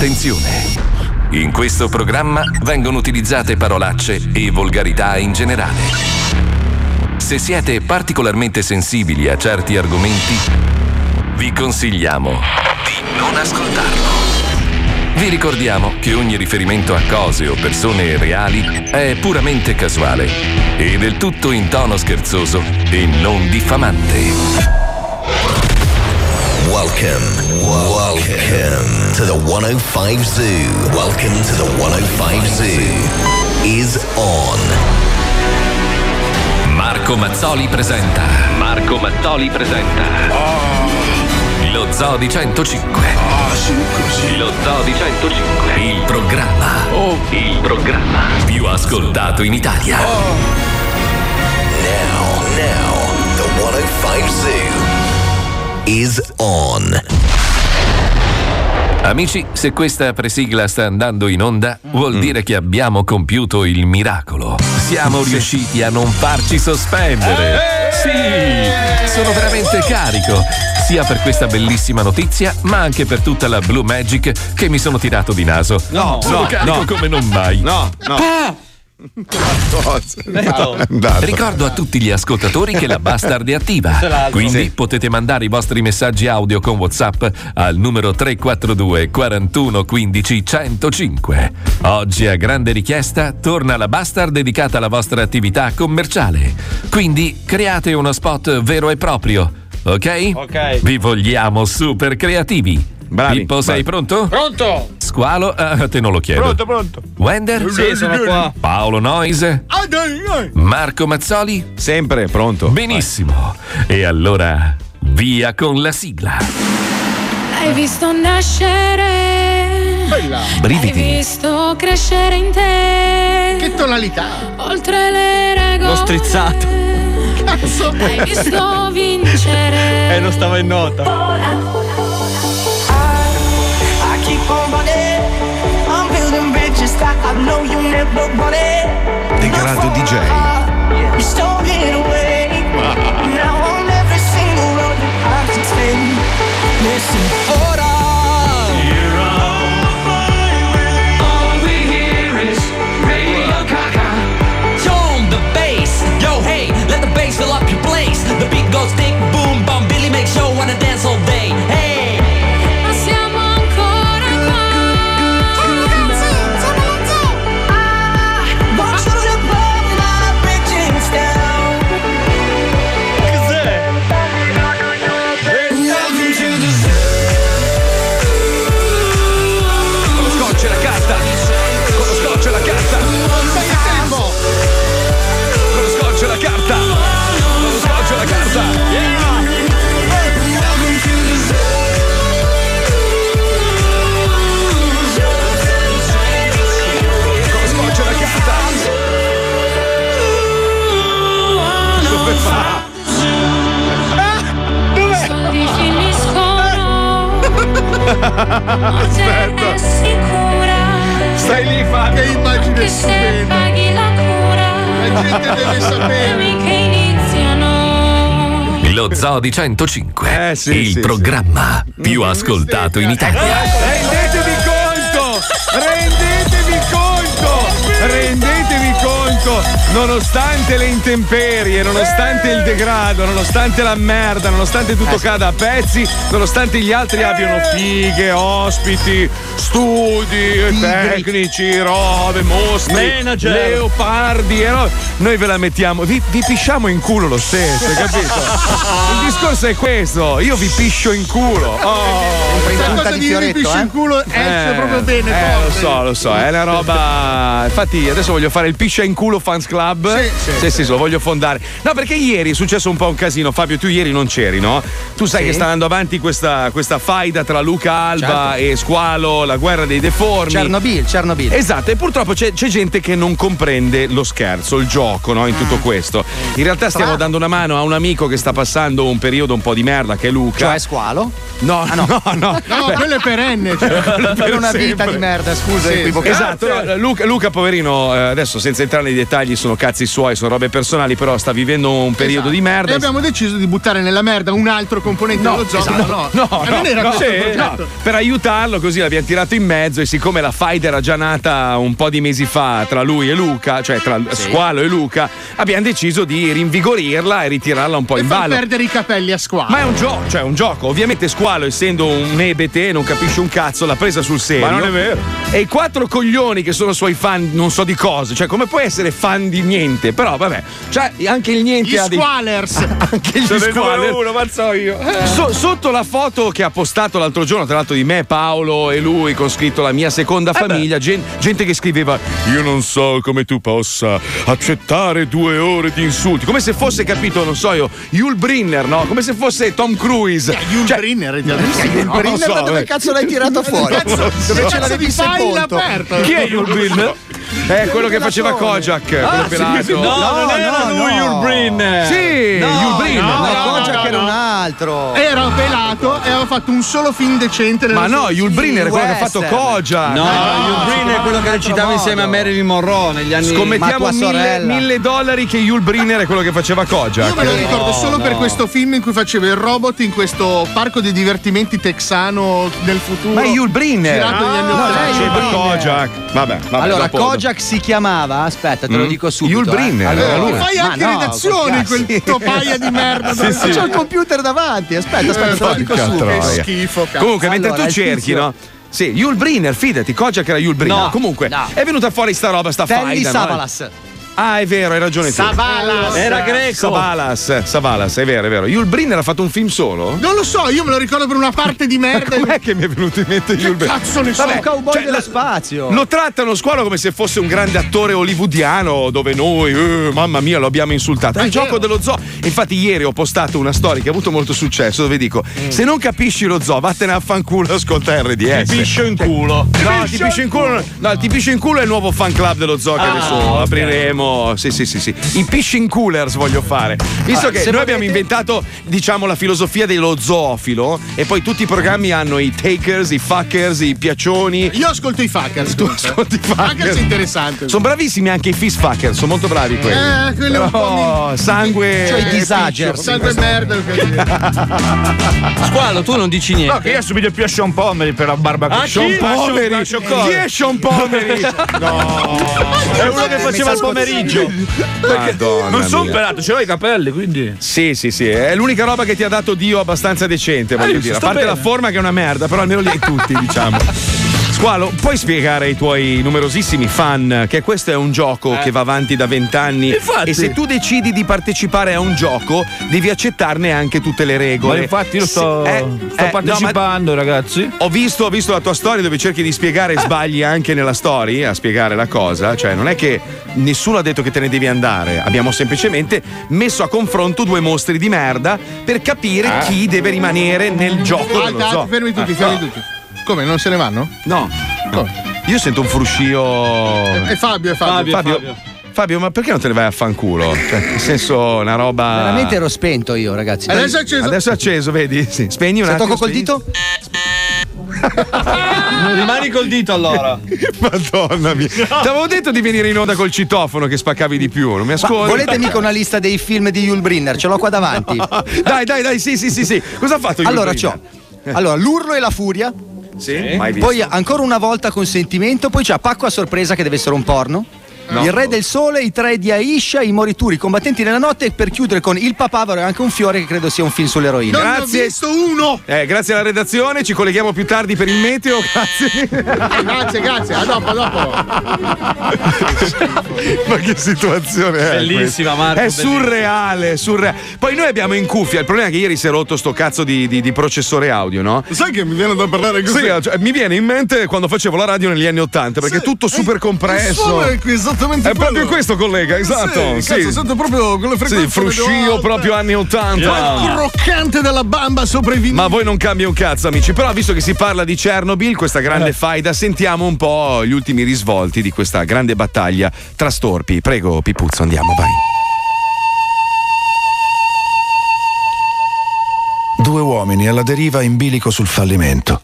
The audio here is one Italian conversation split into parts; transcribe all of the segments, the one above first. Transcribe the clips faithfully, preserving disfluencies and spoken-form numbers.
Attenzione! In questo programma vengono utilizzate parolacce e volgarità in generale. Se siete particolarmente sensibili a certi argomenti, vi consigliamo di non ascoltarlo. Vi ricordiamo che ogni riferimento a cose o persone reali è puramente casuale e del tutto in tono scherzoso e non diffamante. Welcome, welcome to the one oh five Zoo. Welcome to the one oh five Zoo is on. Marco Mazzoli presenta. Marco Mazzoli presenta. Oh. Lo Zoo di centocinque. Ah, sì, così. Lo Zoo di centocinque. Il programma. Oh. Il programma più ascoltato in Italia. Oh. Now, now, the one oh five Zoo is on. Amici, se questa presigla sta andando in onda, vuol mm. dire che abbiamo compiuto il miracolo. Siamo sì. riusciti a non farci sospendere. Sì, sono veramente carico, sia per questa bellissima notizia, ma anche per tutta la Blue Magic che mi sono tirato di naso. No, sono no, carico no. come non mai. No, no. Ah! Ricordo a tutti gli ascoltatori che la Bastard è attiva, quindi sì. potete mandare i vostri messaggi audio con WhatsApp al numero tre quattro due quarantuno quindici centocinque. Oggi a grande richiesta torna la Bastard dedicata alla vostra attività commerciale, quindi create uno spot vero e proprio, ok? Ok. Vi vogliamo super creativi. Bravi, Pippo, sei bravi. pronto? Pronto! Squalo, a te non lo chiedo. Pronto, pronto. Wender? Sì, sono qua. Paolo Noise? Marco Mazzoli? Sempre pronto. Benissimo. Vai. E allora, via con la sigla. Hai visto nascere, Bella. Brividi. hai visto crescere in te. Che tonalità. Oltre le regole. L'ho strizzato. Cazzo. Hai visto vincere. Eh, non stava in nota. Degrado D J. Ora all we hear is Radio Gaga. Tone the bass. Yo, hey, let the bass fill up your place. The beat goes tick, boom, bum. Billy makes show wanna dance all day. Hey. Ma siamo ancora qua. Aspetta. Stai lì, fa che immagine stupenda. Paghi la cura. La gente deve sapere. Che iniziano. Lo Zoo di centocinque. Eh, sì, il sì, programma sì. più ascoltato in Italia. Rendetevi conto! Rendetevi conto! Rendetevi conto! Nonostante le intemperie, nonostante il degrado, nonostante la merda, nonostante tutto cada a pezzi, nonostante gli altri abbiano fighe, ospiti, studi, tecnici, robe, mostri, Manager. leopardi e robe, noi ve la mettiamo, vi, vi pisciamo in culo lo stesso, hai capito? Il discorso è questo, io vi piscio in culo. Oh, questa cosa di io piscio in culo esce Eh, proprio bene. Eh, forte. lo so, lo so, è una roba. Infatti, adesso voglio fare il piscia in culo fans club. Sì, sì, sì, sì, lo voglio fondare. No, perché ieri è successo un po' un casino. Fabio, tu ieri non c'eri, no? Tu sai Sì. che sta andando avanti questa, questa faida tra Luca Alba Certo. e Squalo, la guerra dei deformi. Chernobyl, Chernobyl. Esatto, e purtroppo c'è, c'è gente che non comprende lo scherzo, il gioco, no? In tutto questo. In realtà stiamo Strano. dando una mano a un amico che sta passando un periodo un po' di merda, che è Luca. Cioè Squalo? No, Ah, no. no, no, no. No, Beh, quello è perenne. Cioè. Per una vita sempre. di merda, scusa. Sì, equivocato. Esatto, no, Luca, Luca poverino, eh, adesso senza entrare nei dettagli, sono cazzi suoi, sono robe personali, però sta vivendo un periodo Esatto. di merda. E abbiamo deciso di buttare nella merda un altro componente No, dello zoo. esatto. No, No, Eh, no, non era no, questo sì, il progetto. no. Per aiutarlo così l'abbiamo tirato in mezzo e siccome la faida era già nata un po' di mesi fa tra lui e Luca, cioè tra Squalo e Luca, abbiamo deciso di rinvigorirla e ritirarla un po' E in far ballo. perdere i capelli a squadra. Ma è un gioco, cioè un gioco. Ovviamente Squalo, essendo un ebete, non capisce un cazzo, l'ha presa sul serio. Ma non è vero. E i quattro coglioni che sono suoi fan, non so di cosa, cioè come puoi essere fan di niente? Però vabbè, cioè anche il niente Gli ha dei... squalers. Anche gli Sono il numero squaler. uno, mazzo io. So- sotto la foto che ha postato l'altro giorno, tra l'altro di me, Paolo e lui, con scritto la mia seconda famiglia, gen- gente che scriveva: io non so come tu possa accettare due ore di insulti, come se fosse, capito, non so io, Yul Brynner, no? Come se fosse Tom Cruise. Yul Cioè, Brynner, Il non Brynner, lo so, da dove eh. cazzo l'hai tirato fuori? Dove ce l'avevi sepolto? aperto. Chi è Yul Brynner? È quello che faceva Kojak, quello pelato. No, non era no, lui no. Yul Brynner. Sì, Yul Brynner. No, no, Kojak no, era no. un altro. Era pelato e aveva fatto un solo film decente. nella Ma no, sua- Yul Brynner è quello che ha fatto Western. Kojak. No, Yul Brynner è quello che in recitava altro insieme a modo. Marilyn Monroe negli anni. Scommettiamo Ma tua mille, sorella. mille dollari che Yul Brynner è quello che faceva Kojak. Io me lo ricordo No, solo no. per questo film in cui faceva il robot in questo parco di divertimenti texano del futuro. Ma è Yul Brynner. Girato negli anni No, ottanta. lei faceva Brynner. Kojak. Vabbè, vabbè. Allora, dopo- Kojak si chiamava, aspetta, te lo Mm. dico subito. Yul Brynner, eh. era Eh, lui. ma fai Ma anche no, redazioni, col quel cazzo. topaia di merda. dove- C'ho il computer davanti, aspetta, aspetta, te lo dico porca subito. troia. Che schifo, cazzo. Comunque, mentre Allora, tu il cerchi, tizio- no? Sì, Yul Brynner, fidati, Kojak era Yul Brynner. No, Comunque, no. è venuta fuori sta roba, sta Telly faida. no? Savalas. Ah, è vero, hai ragione tu. Savalas. Era greco. Savalas, Savalas, è vero, è vero. Yul Brynner ha fatto un film solo? Non lo so, io me lo ricordo per una parte di merda. Com'è che mi è venuto in mente Yul Brynner? Cazzo ne so. Un cowboy cioè, dello la- spazio. Lo trattano Squalo come se fosse un grande attore hollywoodiano dove noi, eh, mamma mia, lo abbiamo insultato. È il gioco dello zoo. Infatti ieri ho postato una storia che ha avuto molto successo dove dico, se non capisci lo zoo, vattene a fanculo, ascolta R D S. Ti piscio in culo. No, ti piscio in culo. No, il ti piscio in culo è il nuovo fan club dello zoo che Ah, adesso ok. apriremo. Sì, sì, sì, sì. I pishing coolers voglio fare. Visto Ah, che se noi volete- abbiamo inventato, diciamo, la filosofia dello zoofilo e poi tutti i programmi hanno i takers, i fuckers, i piaccioni. Io ascolto i fuckers. Tu ascolti i fuckers. Fuckers è interessante. Sono bravissimi anche i fist fuckers, sono molto bravi quelli. Eh, quelli un po' Oh, sangue. Cioè i e disagers. piccio. Sangue merda. Squalo, tu non dici niente. No, che io assomiglio più a Sean Pomeri per la barba Ah, che chi? Sean Ma Pomeri. Sean- Sean- Chi è Sean Pomeri? è uno che faceva il pomeriggio. Madonna Non sono mia. pelato, ce l'ho i capelli, quindi. Sì, sì, sì, è l'unica roba che ti ha dato Dio abbastanza decente, voglio Eh, dire. A sto parte bene. la forma che è una merda, però almeno li hai tutti, diciamo. Squalo, puoi spiegare ai tuoi numerosissimi fan che questo è un gioco che va avanti da vent'anni Infatti. e se tu decidi di partecipare a un gioco devi accettarne anche tutte le regole. Ma infatti io Se- sto, eh, sto eh, no, partecipando, ma ragazzi. ho visto, ho visto la tua storia dove cerchi di spiegare e sbagli anche nella story a spiegare la cosa, cioè non è che nessuno ha detto che te ne devi andare, abbiamo semplicemente messo a confronto due mostri di merda per capire chi deve rimanere nel gioco dello Alta, zoo. alta, fermi tutti, fermi tutti. Come, non se ne vanno? No, no. Io sento un fruscio. È Fabio, è Fabio. Fabio, Fabio, ma perché non te ne vai a fanculo? Cioè, nel senso, una roba. Veramente ero spento io, ragazzi. Adesso è acceso. Adesso è acceso, vedi? Sì. Spegni un Se attimo. tocco col spegni. dito? Rimani col dito allora. Madonna mia. Ti avevo detto di venire in onda col citofono che spaccavi di più, non mi Ma ascolti? volete mica una lista dei film di Yul Brynner? Ce l'ho qua davanti. Dai, dai, dai, sì, sì, sì, sì. Cosa ha fatto Yul Allora, Brynner? c'ho. Allora, l'urlo e la furia. Sì, mai visto. Poi ancora una volta consentimento. Poi c'è Pacco a sorpresa che deve essere un porno. No. Il re del sole, i tre di Aisha, i morituri, i combattenti nella notte. E per chiudere con Il papavero e anche un fiore che credo sia un film sull'eroina. Non Grazie. ne ho visto uno. Eh, grazie alla redazione, ci colleghiamo più tardi per il meteo, grazie. Eh, grazie, grazie. A dopo, a dopo. Ma che situazione è? Bellissima, questa? Marco, È bellissima. surreale, surreale. Poi noi abbiamo in cuffia, il problema è che ieri si è rotto sto cazzo di, di- di processore audio, no? Sai che mi viene da parlare così? Sì, cioè, mi viene in mente quando facevo la radio negli anni Ottanta, perché è tutto super compresso. È esattamente È proprio questo, collega, esatto. Sì, cazzo, sento proprio quelle Sì, frequenze fruscio proprio anni ottanta. Il croccante della bamba sopra i vinili. Ma voi non cambia un cazzo, amici. Però, visto che si parla di Chernobyl, questa grande faida, sentiamo un po' gli ultimi risvolti di questa grande battaglia tra storpi. Prego, Pipuzzo, andiamo, vai. Due uomini uomini alla deriva in bilico sul fallimento.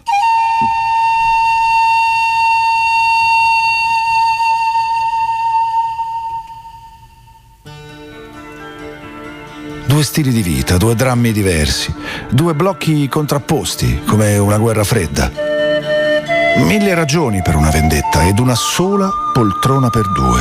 Due stili di vita, due drammi diversi, due blocchi contrapposti, come una guerra fredda. Mille ragioni per una vendetta ed una sola poltrona per due.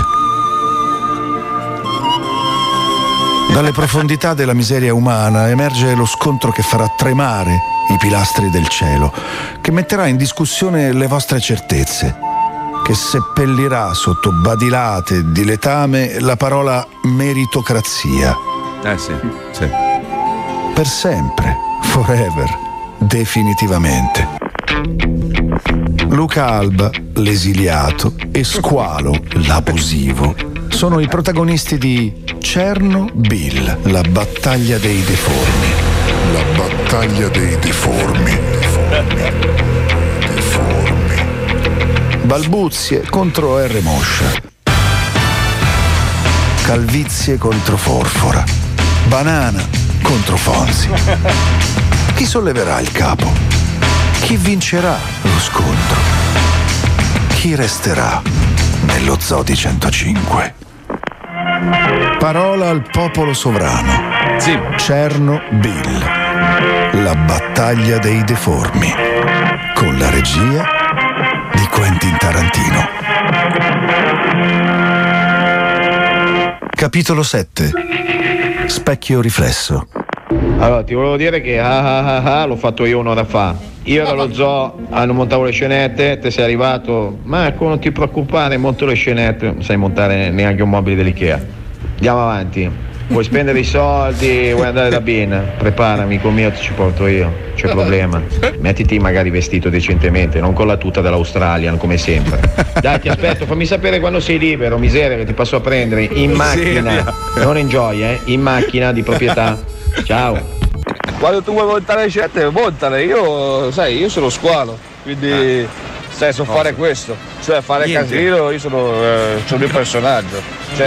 Dalle profondità della miseria umana emerge lo scontro che farà tremare i pilastri del cielo, che metterà in discussione le vostre certezze, che seppellirà sotto badilate di letame la parola meritocrazia. Eh sì, sì. Per sempre, forever, definitivamente. Luca Alba, l'esiliato, e Squalo, l'abusivo, sono i protagonisti di Chernobyl, la battaglia dei deformi. La battaglia dei deformi. Deformi. Balbuzie contro R. Moscia. Calvizie contro Forfora. Banana contro Fonzi. Chi solleverà il capo? Chi vincerà lo scontro? Chi resterà nello Zoo di centocinque? Parola al popolo sovrano. Sì. Chernobyl, la battaglia dei deformi, con la regia di Quentin Tarantino. Capitolo sette. Specchio riflesso. Allora, ti volevo dire che ah ah ah, ah l'ho fatto io un'ora fa. Io ero allo zoo, hanno montato le scenette, te sei arrivato. Marco, non ti preoccupare, monto le scenette, non sai montare neanche un mobile dell'Ikea. Andiamo avanti. Vuoi spendere i soldi, vuoi andare da Bin? Preparami, amico mio, ti ci porto io. C'è problema. Mettiti magari vestito decentemente, non con la tuta dell'Australian come sempre. Dai, ti aspetto, fammi sapere quando sei libero, miseria, che ti passo a prendere in macchina. Non in gioia, eh? In macchina di proprietà. Ciao. Quando tu vuoi montare le scelte, montale. Io, sai, io sono Squalo, quindi sai, so fare questo. Cioè fare Niente. casino, io sono, eh, c'ho il mio personaggio.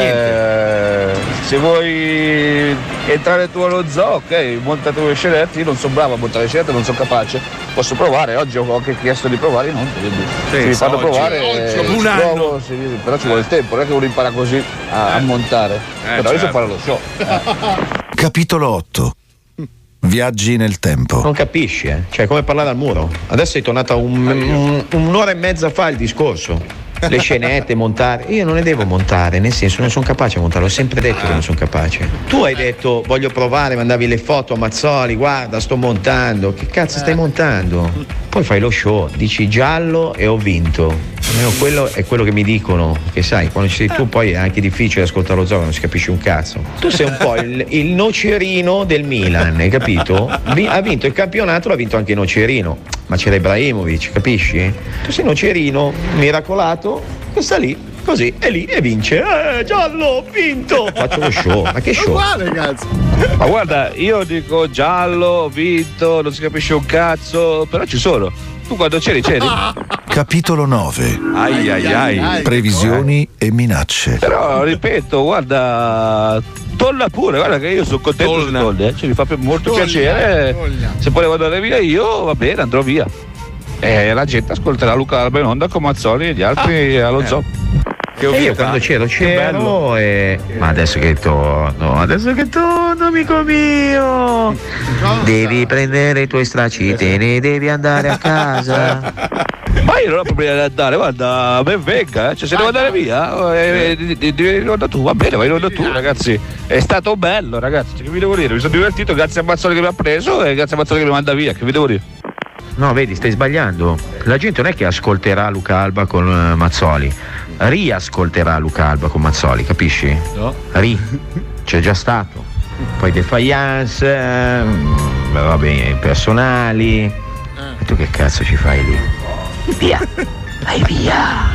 Cioè, se vuoi entrare tu allo zoo, ok, monta tu le scenette. Io non sono bravo a montare le scenette, non sono capace. Posso provare, oggi ho anche chiesto di provare, non quindi se mi fanno oggi. provare, Oggi, eh, un provo, anno. sì, però ci vuole il tempo, non è che uno impara così a, a montare. Eh, però io so certo. fare lo show. Capitolo otto. Viaggi nel tempo. Non capisci, eh? Cioè, come parlare al muro. Adesso è tornata un, un, un'ora e mezza fa il discorso. Le scenette, montare. Io non le devo montare, nel senso, non sono capace a montare, l'ho sempre detto che non sono capace. Tu hai detto voglio provare, mandavi le foto a Mazzoli, guarda, sto montando. Che cazzo stai montando? Poi fai lo show, dici giallo e ho vinto. Almeno quello è quello che mi dicono, che sai, quando ci sei tu poi è anche difficile ascoltare lo zoo, non si capisce un cazzo. Tu sei un po' il, il nocerino del Milan, hai capito? Vi- ha vinto il campionato, l'ha vinto anche il nocerino, ma c'era Ibrahimovic, capisci? Tu sei nocerino miracolato che sta lì, così, e lì e vince. Eh, giallo, ho vinto! Faccio lo show, ma che show? Uguale, cazzo. Ma guarda, io dico giallo, ho vinto, non si capisce un cazzo, però ci sono. Tu quando c'eri, c'eri. Capitolo nove. Ai ai ai. Previsioni e minacce. Però, ripeto, guarda, tolla pure, guarda che io sono contento se tolli, eh. Cioè, mi fa pi- molto Toglia, piacere. toglia. Se poi devo andare via io, va bene, andrò via. E la gente ascolterà Luca Alba in onda con Mazzoli e gli altri allo zoo. Che E io ovvietà. quando c'ero c'ero e... Ma adesso che torno, adesso che torno, amico mio, devi prendere i tuoi stracci, te ne devi andare a casa. Ma io non ho problemi ad andare, guarda, a me venga, eh. Cioè se devo andare via, eh, eh, devi in onda tu, va bene, vai in onda tu, ragazzi. È stato bello, ragazzi, cioè, che vi devo dire? Mi sono divertito, grazie a Mazzoli che mi ha preso e grazie a Mazzoli che mi manda via, che vi devo dire? No, vedi, stai sbagliando. La gente non è che ascolterà Luca Alba con uh, Mazzoli, riascolterà Luca Alba con Mazzoli, capisci? No. Ri, c'è già stato. Poi defiance, eh, va bene, personali. E tu che cazzo ci fai lì? Via, vai via.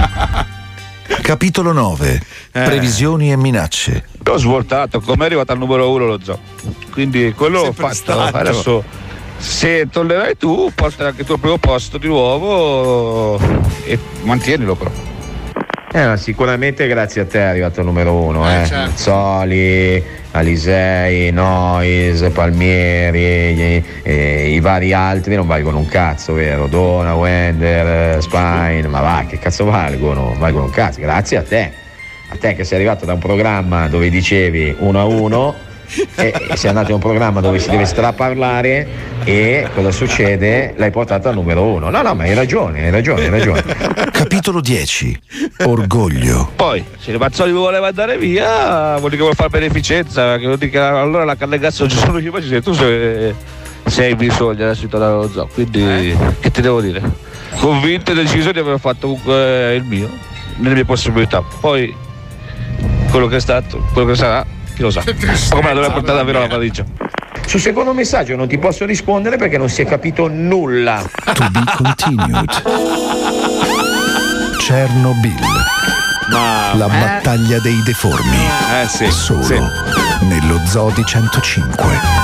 Capitolo nove. Previsioni e minacce. L'ho svoltato, come è arrivato al numero uno lo zoo. Quindi quello l'ho Sempre fatto. stato. Adesso se tollerai tu, porta anche il tuo primo posto di nuovo e mantienilo però. Eh, ma sicuramente grazie a te è arrivato il numero uno, eh. Eh, certo. Zoli, Alisei, Nois, Palmieri, gli- eh, i vari altri non valgono un cazzo, vero? Dona, Wender, Spine, ma va, che cazzo valgono? Valgono un cazzo, grazie a te. A te che sei arrivato da un programma dove dicevi uno a uno e, e sei andato in un programma dove si deve straparlare e cosa succede? L'hai portato al numero uno. No, no, ma hai ragione, hai ragione, hai ragione. Capitolo dieci. Orgoglio. Poi, se Mazzoli mi voleva andare via, vuol dire che vuole fare beneficenza, che vuol dire che allora la carne gas ci sono io, se tu sei, sei bisogno adesso di tornare allo zoo, quindi eh? che ti devo dire? Convinto e deciso di aver fatto comunque il mio, nelle mie possibilità. Poi quello che è stato, quello che sarà, chi lo sa. Come la dovrei portare davvero alla valigia. Sul secondo messaggio non ti posso rispondere perché non si è capito nulla. To be continued. Chernobyl. Ma La battaglia dei deformi. Eh sì, Solo sì. nello Zoo di centocinque.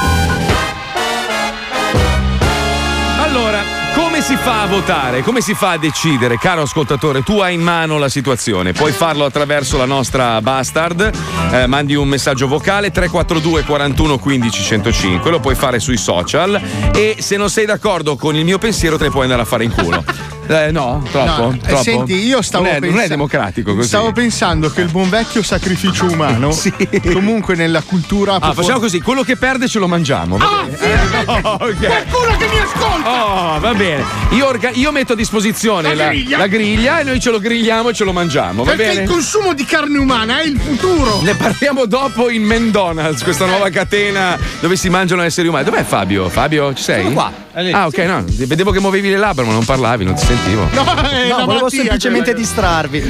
Allora, come si fa a votare? Come si fa a decidere? Caro ascoltatore, tu hai in mano la situazione. Puoi farlo attraverso la nostra Bastard. Eh, mandi un messaggio vocale tre quattro due quarantuno quindici centocinque. Lo puoi fare sui social. E se non sei d'accordo con il mio pensiero, te ne puoi andare a fare in culo. Eh, no, troppo. No, eh, troppo? senti, io stavo non è, non è pensa- democratico così. Stavo pensando che il buon vecchio sacrificio umano, Sì. comunque nella cultura. Ah, facciamo così, quello che perde ce lo mangiamo. Va Ah, bene? finalmente! Oh, ok. Qualcuno che mi ascolta! Oh, va bene. Io, orga- io metto a disposizione La la, griglia. la griglia e noi ce lo grigliamo e ce lo mangiamo, va Perché bene? il consumo di carne umana è il futuro! Ne parliamo dopo in McDonald's, questa nuova catena dove si mangiano esseri umani. Dov'è Fabio? Fabio, ci sei? Sono qua. Ah, ok, no. Vedevo che muovevi le labbra, ma non parlavi, non ti sentivo. No, è No, una volevo malattia, semplicemente quella. distrarvi.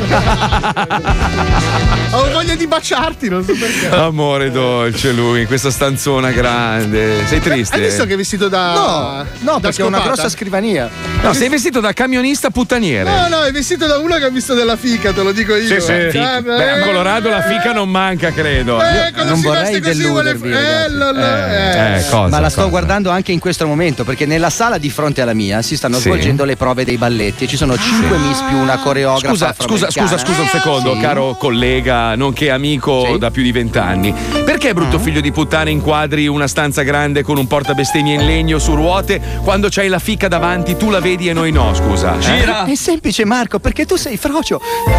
Ho voglia di baciarti, non so perché. Amore dolce lui, in questa stanzona grande. Sei triste? Hai visto che è vestito da. No, no, da perché ho una scopata? grossa scrivania. No, sei vestito da camionista puttaniere. No, no, è vestito da uno che ha visto della fica, te lo dico io. Sì, sì. Eh, Beh, a Colorado la fica non manca, credo. Eh, quando non si vorrei veste così vuole. deludervi, Eh, ragazzi. lo- lo- eh. Eh, cosa, Ma la sto cosa? guardando anche in questo momento perché nella sala di fronte alla mia si stanno Sì. svolgendo le prove dei balletti e ci sono cinque miss più una coreografa. Scusa, scusa, scusa, afroamericana. scusa un secondo, Sì. caro collega, nonché amico Sì. da più di vent'anni. Perché Ah. brutto figlio di puttana inquadri una stanza grande con un portabestemmie in legno su ruote quando c'hai la fica davanti, tu la vedi e noi no, scusa. eh? Gira. È semplice, Marco, perché tu sei frocio.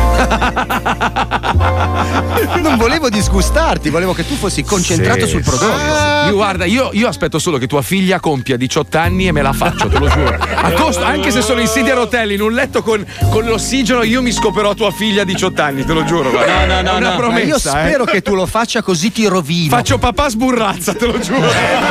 Non volevo disgustarti, volevo che tu fossi concentrato Sì, sul sì. prodotto. Io, guarda, io, io aspetto solo che tua figlia compia diciotto anni e me la faccio, te lo giuro. A costo, anche se sono in sedia a rotelle in un letto con, con l'ossigeno, io mi scoperò tua figlia a diciotto anni, te lo giuro. Guarda. No, no, no, È una no. Ma promessa. io spero eh. che tu lo faccia così ti rovino. Faccio papà sburrazza, te lo giuro.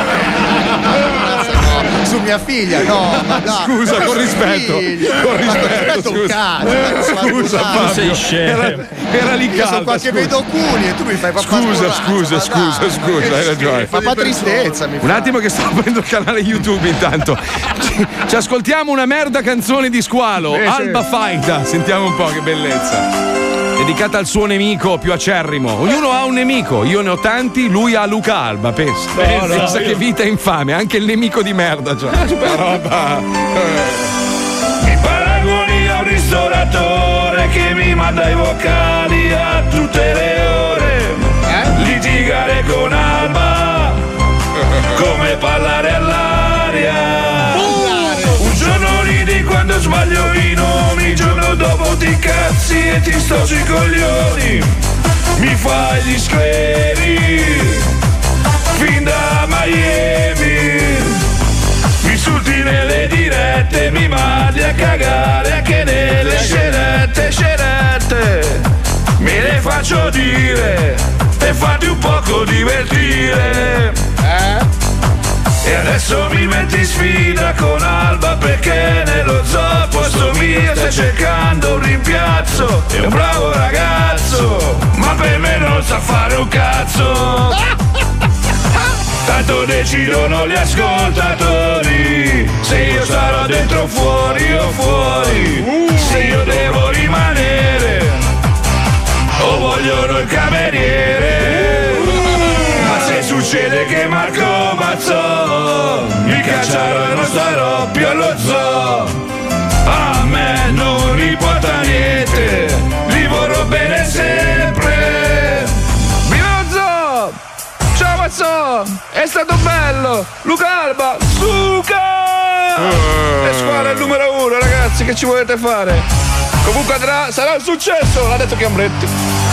Su mia figlia, no, ma dai. Scusa, Ma con su rispetto. figlia. Con Ma rispetto, un scusa. cazzo, Eh, ma scusa, guarda, Fabio. sei scemo. Era, era lì Io sono calda. qua che scusa. vedo culi e tu mi fai papà Scusa, sburrazza, scusa, ma scusa, dai. scusa, hai ragione. Papà tristezza mi Un fa. attimo che sto aprendo il canale YouTube intanto. Ci, ci ascoltiamo una merda canzone di squalo. Alba Faida. Sentiamo un po' che bellezza. Dedicata al suo nemico più acerrimo. Ognuno ha un nemico. Io ne ho tanti, lui ha Luca Alba. Pensa. Pensa. Pensa che vita infame. Anche il nemico di merda. Cioè. Questa roba. Mi paragoni a un ristoratore che mi manda i vocali a tutte le ore. Litigare con Alba, come parlare all'aria. Un giorno ridi quando sbaglio i nomi, il giorno dopo ti incazzi e ti sto sui coglioni. Mi fai gli scleri, fin da Miami. Mi insulti nelle dirette, mi mandi a cagare anche nelle scenette, scenette. Me le faccio dire e fatti un poco divertire. E adesso mi metti in sfida con Alba perché nello zoo posto mio stai cercando un rimpiazzo. È un bravo ragazzo, ma per me non sa fare un cazzo. Tanto decidono gli ascoltatori se io sarò dentro o fuori o fuori, se io devo rimanere o vogliono il cameriere. Ma se succede che Marco Mazzò mi cacciano e non starò più allo zoo, a me non importa niente, li vorrò È stato bello! Luca Alba, Suca! Uh. E squadra il numero uno, ragazzi, che ci volete fare? Comunque andrà, sarà un successo, l'ha detto Chiambretti.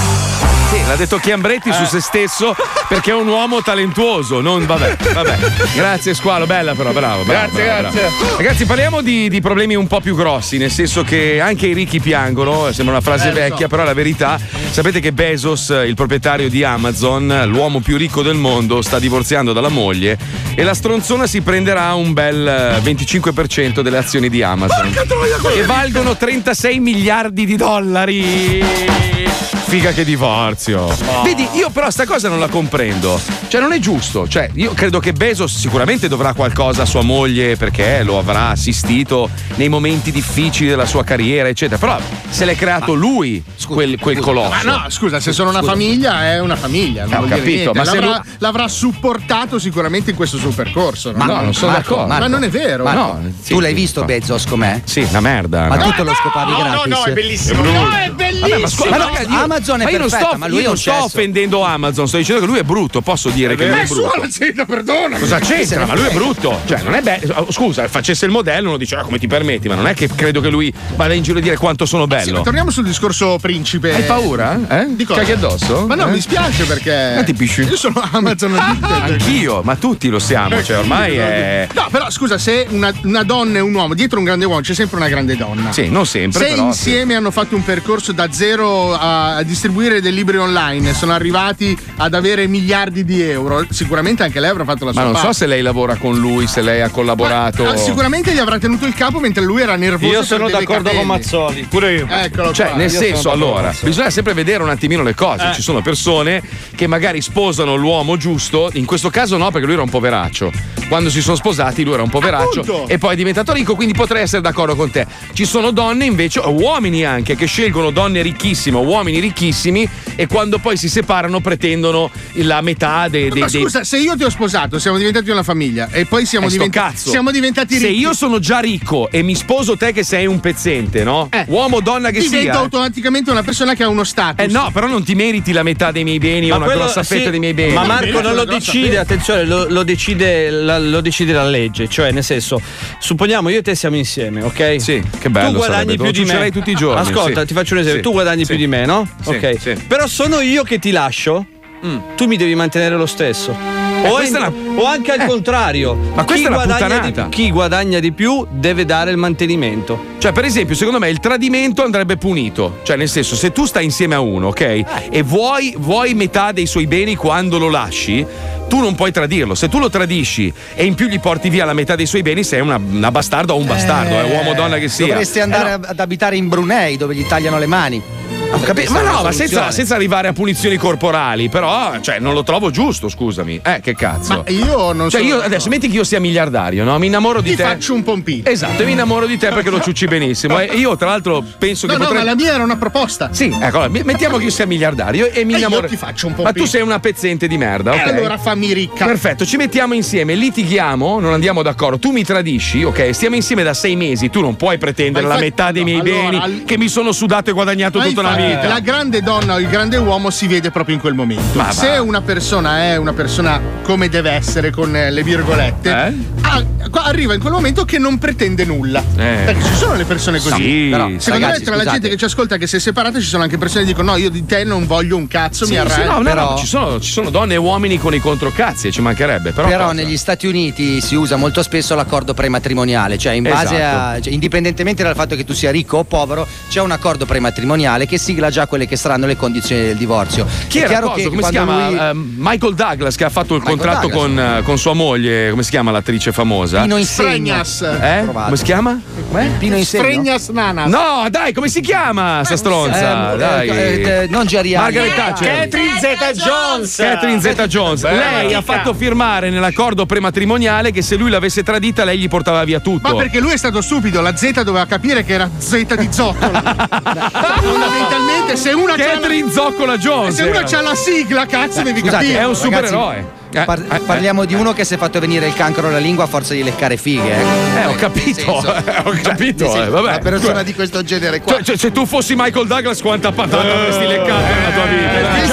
Sì, l'ha detto Chiambretti eh. su se stesso perché è un uomo talentuoso, non vabbè, vabbè. Grazie Squalo, bella però, bravo, bravo. Grazie, bravo, grazie. Bravo. Ragazzi, parliamo di, di problemi un po' più grossi, nel senso che anche i ricchi piangono, sembra una frase eh, vecchia, so. però la verità, sapete che Bezos, il proprietario di Amazon, l'uomo più ricco del mondo, sta divorziando dalla moglie e la stronzona si prenderà un bel venticinque per cento delle azioni di Amazon, che valgono trentasei miliardi di dollari. Figa che divorzio. Oh. Vedi, io però sta cosa non la comprendo. Cioè, non è giusto. Cioè, io credo che Bezos sicuramente dovrà qualcosa a sua moglie perché lo avrà assistito nei momenti difficili della sua carriera, eccetera. Però se l'è creato ma, lui, scusa, quel, quel scusa, colosso. Ma no, scusa, se sono una scusa. famiglia, è una famiglia. Non eh, ho capito, ma l'avrà, se lui... l'avrà supportato sicuramente in questo suo percorso. Ma no, non sono Marco, d'accordo. Marco, ma non è vero. Marco, no. Tu l'hai visto Bezos com'è? Sì, una merda. Ma no. tu te lo scopavi no, gratis? No, no, è bellissimo. È no, è bellissimo. Vabbè, ma scusa, ma no, ragazzi, io, Amazon è ma io non perfetta, sto, ma lui io non è un sto cesso. offendendo Amazon, sto dicendo che lui è brutto, posso dire che lui è brutto. Nessuno c'entra, perdona. Cosa c'entra? Ma lui è brutto. Cioè, non è bello. Scusa, facesse il modello, uno dice, ah, come ti permetti? Ma non è che credo che lui vada in giro a dire quanto sono bello. Sì, torniamo sul discorso principe. Hai paura? Eh? Di cosa? Caghi addosso? Ma no, eh? mi spiace perché. Ma ti pisci? Io sono Amazon addicted. Anch'io, ma tutti lo siamo, cioè ormai è. No, però scusa, se una, una donna e un uomo, dietro un grande uomo c'è sempre una grande donna. Sì, non sempre. Se però, insieme sì. hanno fatto un percorso da zero a, a distribuire dei libri online, sono arrivati ad avere miliardi di euro, sicuramente anche lei avrà fatto la sua Ma non parte. so se lei lavora con lui, se lei ha collaborato. Ma, sicuramente gli avrà tenuto il capo mentre lui era nervoso. Io sono d'accordo con Mazzoli, pure io. Eccolo cioè, qua. nel Io senso, allora, bisogna sempre vedere un attimino le cose. Eh. Ci sono persone che magari sposano l'uomo giusto, in questo caso no, perché lui era un poveraccio. Quando si sono sposati, lui era un poveraccio Appunto. e poi è diventato ricco, quindi potrei essere d'accordo con te. Ci sono donne invece, uomini anche, che scelgono donne ricchissime, uomini ricchissimi, e quando poi si separano pretendono la metà dei. dei Ma scusa, dei... se io ti ho sposato, siamo diventati una famiglia e poi siamo, Eh, sto diventa- cazzo. siamo diventati ricchi. Se io sono già ricco e mi sposo te che sei un pezzente, no? Eh. Uomo o donna che divento sia. automaticamente una persona che ha uno status. Eh no, però non ti meriti la metà dei miei beni o una quello- grossa sì, fetta dei miei beni. Ma Marco Bene, non lo una grossa decide, fetta. attenzione, lo, lo decide la, lo decide la legge, cioè nel senso, supponiamo io e te siamo insieme, ok? Sì, che bello Tu guadagni sarebbe, più lo di me. ciucerei tutti i giorni. Ascolta, sì. ti faccio un esempio, Sì. tu guadagni Sì. più di me, no? Sì, Ok. sì. Però sono io che ti lascio. Mm. Tu mi devi mantenere lo stesso. Eh, O, questa in- è una- o anche al Eh. contrario. Ma questa Chi è una guadagna puttanata. di- chi guadagna di più deve dare il mantenimento. Cioè, per esempio, secondo me il tradimento andrebbe punito. Cioè, nel senso, se tu stai insieme a uno, ok? E vuoi, vuoi metà dei suoi beni quando lo lasci, tu non puoi tradirlo. Se tu lo tradisci e in più gli porti via la metà dei suoi beni, sei una, una bastarda o un bastardo, è uomo o donna che sia. Dovresti andare Eh, no. ad abitare in Brunei dove gli tagliano le mani. Ho capito, ma Questa è no, la ma senza, soluzione. senza arrivare a punizioni corporali, però, cioè, non lo trovo giusto, scusami. Eh, che cazzo. Ma io non Cioè, sono- io adesso metti che io sia miliardario, no? Mi innamoro di Ti te. faccio un pompino. Esatto, e mi innamoro di te perché lo ciucci benissimo. E io, tra l'altro, penso No, che no, potrebbe. ma la mia era una proposta. Sì, ecco, allora, mettiamo che io sia miliardario e mi E io innamoro. ti faccio un Ma pompino. tu sei una pezzente di merda, E ok? allora fammi ricca. Perfetto, ci mettiamo insieme, litighiamo, non andiamo d'accordo. Tu mi tradisci, ok? Stiamo insieme da sei mesi. Tu non puoi pretendere Ma la infatti- metà dei miei no, allora, beni al- che mi sono sudato e guadagnato Ma tutta una infatti, vita. La grande donna o il grande uomo si vede proprio in quel momento. Ma va. Se una persona è una persona come deve essere, con eh, le virgolette, Eh? ah, qua arriva in quel momento che non pretende nulla. Eh. Perché ci sono le persone così. Sì, Però, sì. secondo Ragazzi, me, tra la scusate. gente che ci ascolta che si è separata, ci sono anche persone che dicono: no, io di te non voglio un cazzo, Sì, mi sì, arrendo. no, no, Però- no, ci sono, ci sono donne e uomini con i controcazzi, ci mancherebbe. Però, Però cosa? negli Stati Uniti si usa molto spesso l'accordo prematrimoniale, cioè in base Esatto. a. Cioè, indipendentemente dal fatto che tu sia ricco o povero, c'è un accordo prematrimoniale che sigla già quelle che saranno le condizioni del divorzio. Chi È era chiaro cosa? che Come si quando chiama? lui- Ehm, Michael Douglas che ha fatto il Michael contratto Douglas. con, eh, con sua moglie, come si chiama l'attrice famosa? Pino Insegno. Fregnas. Eh? Provato. Come si chiama? Pino Insegno. Fregnas nanas. No, dai, come si chiama sta stronza? Eh, dai. eh, eh, non Giariani. Margaret Thatcher. Catherine Zeta-Jones. Catherine Zeta-Jones. Lei ha fatto firmare nell'accordo prematrimoniale che se lui l'avesse tradita lei gli portava via tutto. Ma perché lui è stato stupido, la Z doveva capire che era Z di zoccola. Fondamentalmente, se una c'ha la, Catherine Zoccola Jones. se una era. c'ha la sigla, cazzo, devi Scusate, capire. È un Ragazzi, supereroe. Eh, Par- eh, parliamo di uno che si è fatto venire il cancro alla lingua a forza di leccare fighe. Eh, Eh, ho capito, ho capito, Nel senso, eh, vabbè. Una persona di questo genere qua. Cioè, cioè, se tu fossi Michael Douglas, quanta patata avresti leccato nella tua vita? Pensa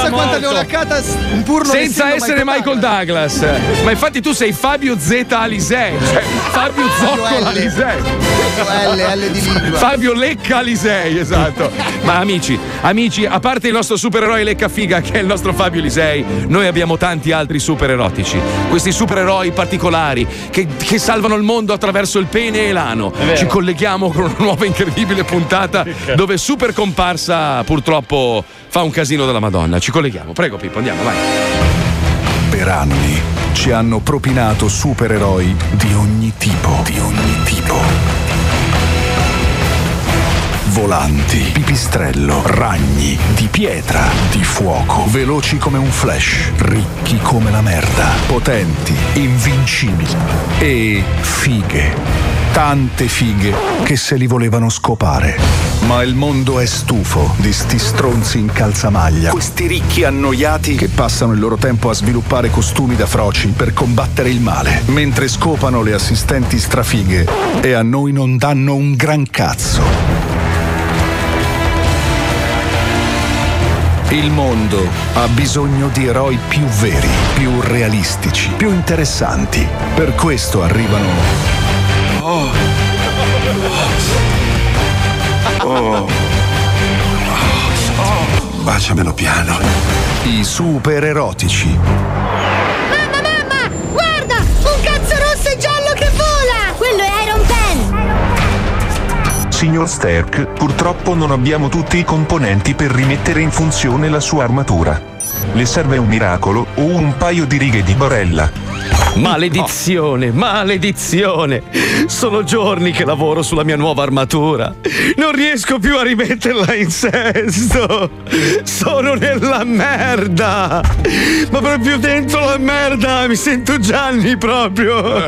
Chissà quanta ne ho molto. laccata pur non Senza essendo essere Michael Douglas. Ma infatti tu sei Fabio Z Alisei, cioè Fabio Zoccola Alisei. L, L di lingua. Fabio Lecca Alisei, esatto. Ma amici, amici, a parte il nostro supereroe Lecca Figa, che è il nostro Fabio Alisei, noi abbiamo tanti altri super erotici. Questi supereroi particolari che, che salvano il mondo attraverso il pene e l'ano. vero. Ci colleghiamo con una nuova incredibile puntata dove Super Comparsa purtroppo fa un casino della Madonna. Ci colleghiamo. Prego Pippo, andiamo, vai. Per anni ci hanno propinato supereroi di ogni tipo, di ogni tipo. Volanti, pipistrello, ragni, di pietra, di fuoco, veloci come un flash, ricchi come la merda, potenti, invincibili e fighe. Tante fighe che se li volevano scopare. Ma il mondo è stufo di sti stronzi in calzamaglia. Questi ricchi annoiati che passano il loro tempo a sviluppare costumi da froci per combattere il male, mentre scopano le assistenti strafighe e a noi non danno un gran cazzo. Il mondo ha bisogno di eroi più veri, più realistici, più interessanti. Per questo arrivano... Oh. Oh. Oh. Baciamelo piano. I super erotici. Mamma, mamma, guarda! Un cazzo rosso e giallo che vola! Quello è Iron Pen! Signor Sterk, purtroppo non abbiamo tutti i componenti per rimettere in funzione la sua armatura. Le serve un miracolo o un paio di righe di barella. Maledizione, maledizione! Sono giorni che lavoro sulla mia nuova armatura. Non riesco più a rimetterla in sesto. Sono nella merda. Ma proprio dentro la merda. Mi sento Gianni proprio.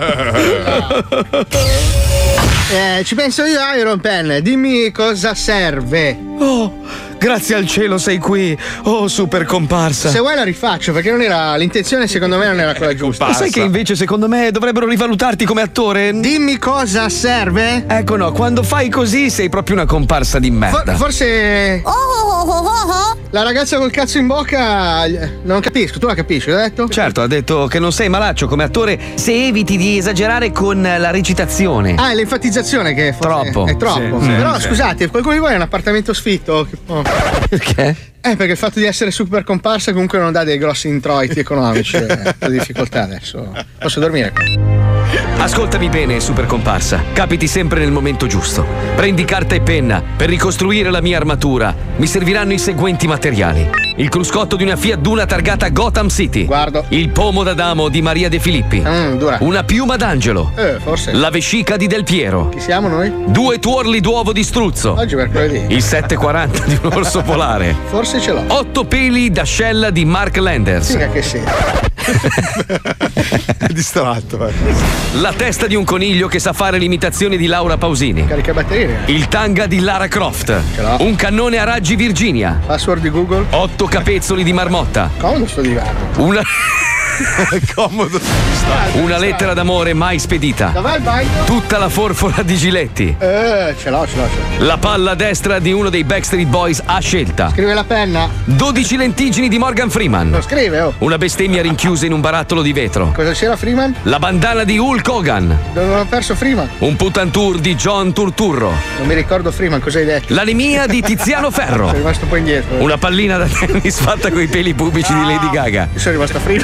Eh, ci penso io, Iron Pen. Dimmi cosa serve. Oh, grazie al cielo sei qui. Oh, super comparsa. Se vuoi la rifaccio, perché non era l'intenzione, secondo me non era quella giusta. Ma sai che invece secondo me dovrebbero rivalutarti come attore? Dimmi cosa serve. Ecco no, quando fai così sei proprio una comparsa di merda. For- forse Oh, oh, oh, oh, oh. la ragazza col cazzo in bocca non capisco, tu la capisci, l'hai detto? Certo, ha detto che non sei malaccio come attore se eviti di esagerare con la recitazione. Ah, è l'enfatizzazione che forse Troppo. è troppo. Sì, sì, Però sì. scusate, qualcuno di voi ha un appartamento sfitto? Oh. Perché? Eh, perché il fatto di essere super comparsa comunque non dà dei grossi introiti economici. eh, ho difficoltà adesso. Posso dormire? Ascoltami bene, super comparsa. Capiti sempre nel momento giusto. Prendi carta e penna. Per ricostruire la mia armatura mi serviranno i seguenti materiali: il cruscotto di una Fiat Duna targata Gotham City. Guardo. Il pomo d'Adamo di Maria De Filippi. Mm, dura. Una piuma d'angelo. Eh, forse. La vescica di Del Piero. Chi siamo noi? Due tuorli d'uovo di struzzo. Oggi mercoledì. Il sette quaranta di un orso polare. Forse ce l'ho. Otto peli d'ascella di Mark Landers. Figa che sei. È distratto. Eh. La testa di un coniglio che sa fare l'imitazione di Laura Pausini. Carica batterie. Il tanga di Lara Croft. Ce l'ho. Un cannone a raggi Virginia. Password di Google. Otto capezzoli di marmotta. Comodo sto divano. Una. Comodo. Una lettera d'amore mai spedita. Dov'è il bagno? Tutta la forfora di Giletti. Eh, ce l'ho, ce l'ho, ce l'ho. La palla destra di uno dei Backstreet Boys a scelta. Scrive la penna. dodici lentiggini di Morgan Freeman. Lo scrive, oh. Una bestemmia rinchiusa in un barattolo di vetro. Cosa c'era Freeman? La bandana di Hulk Hogan. Dove ho perso Freeman? Un putantour di John Turturro. Non mi ricordo Freeman, cosa hai detto? L'anemia di Tiziano Ferro. Sono rimasto un po' indietro. Una pallina da tennis fatta coi peli pubblici di Lady Gaga. Io sono rimasto a Freeman.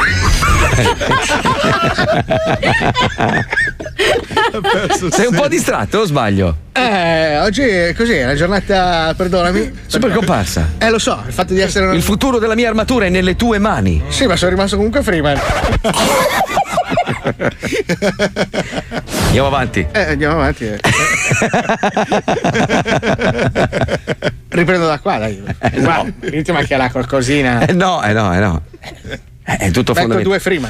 Sei un po' distratto o sbaglio? Eh, oggi è così, è una giornata, perdonami. Super comparsa. Eh, lo so, il fatto di essere. Il futuro della mia armatura è nelle tue mani. Sì, ma sono rimasto comunque Freeman. Andiamo avanti. Eh, andiamo avanti. eh. Riprendo da qua, dai. Guarda, venite ma che la qualcosina. Eh no, eh no, eh no. Eh, È tutto Becco fondamentale. due Freeman.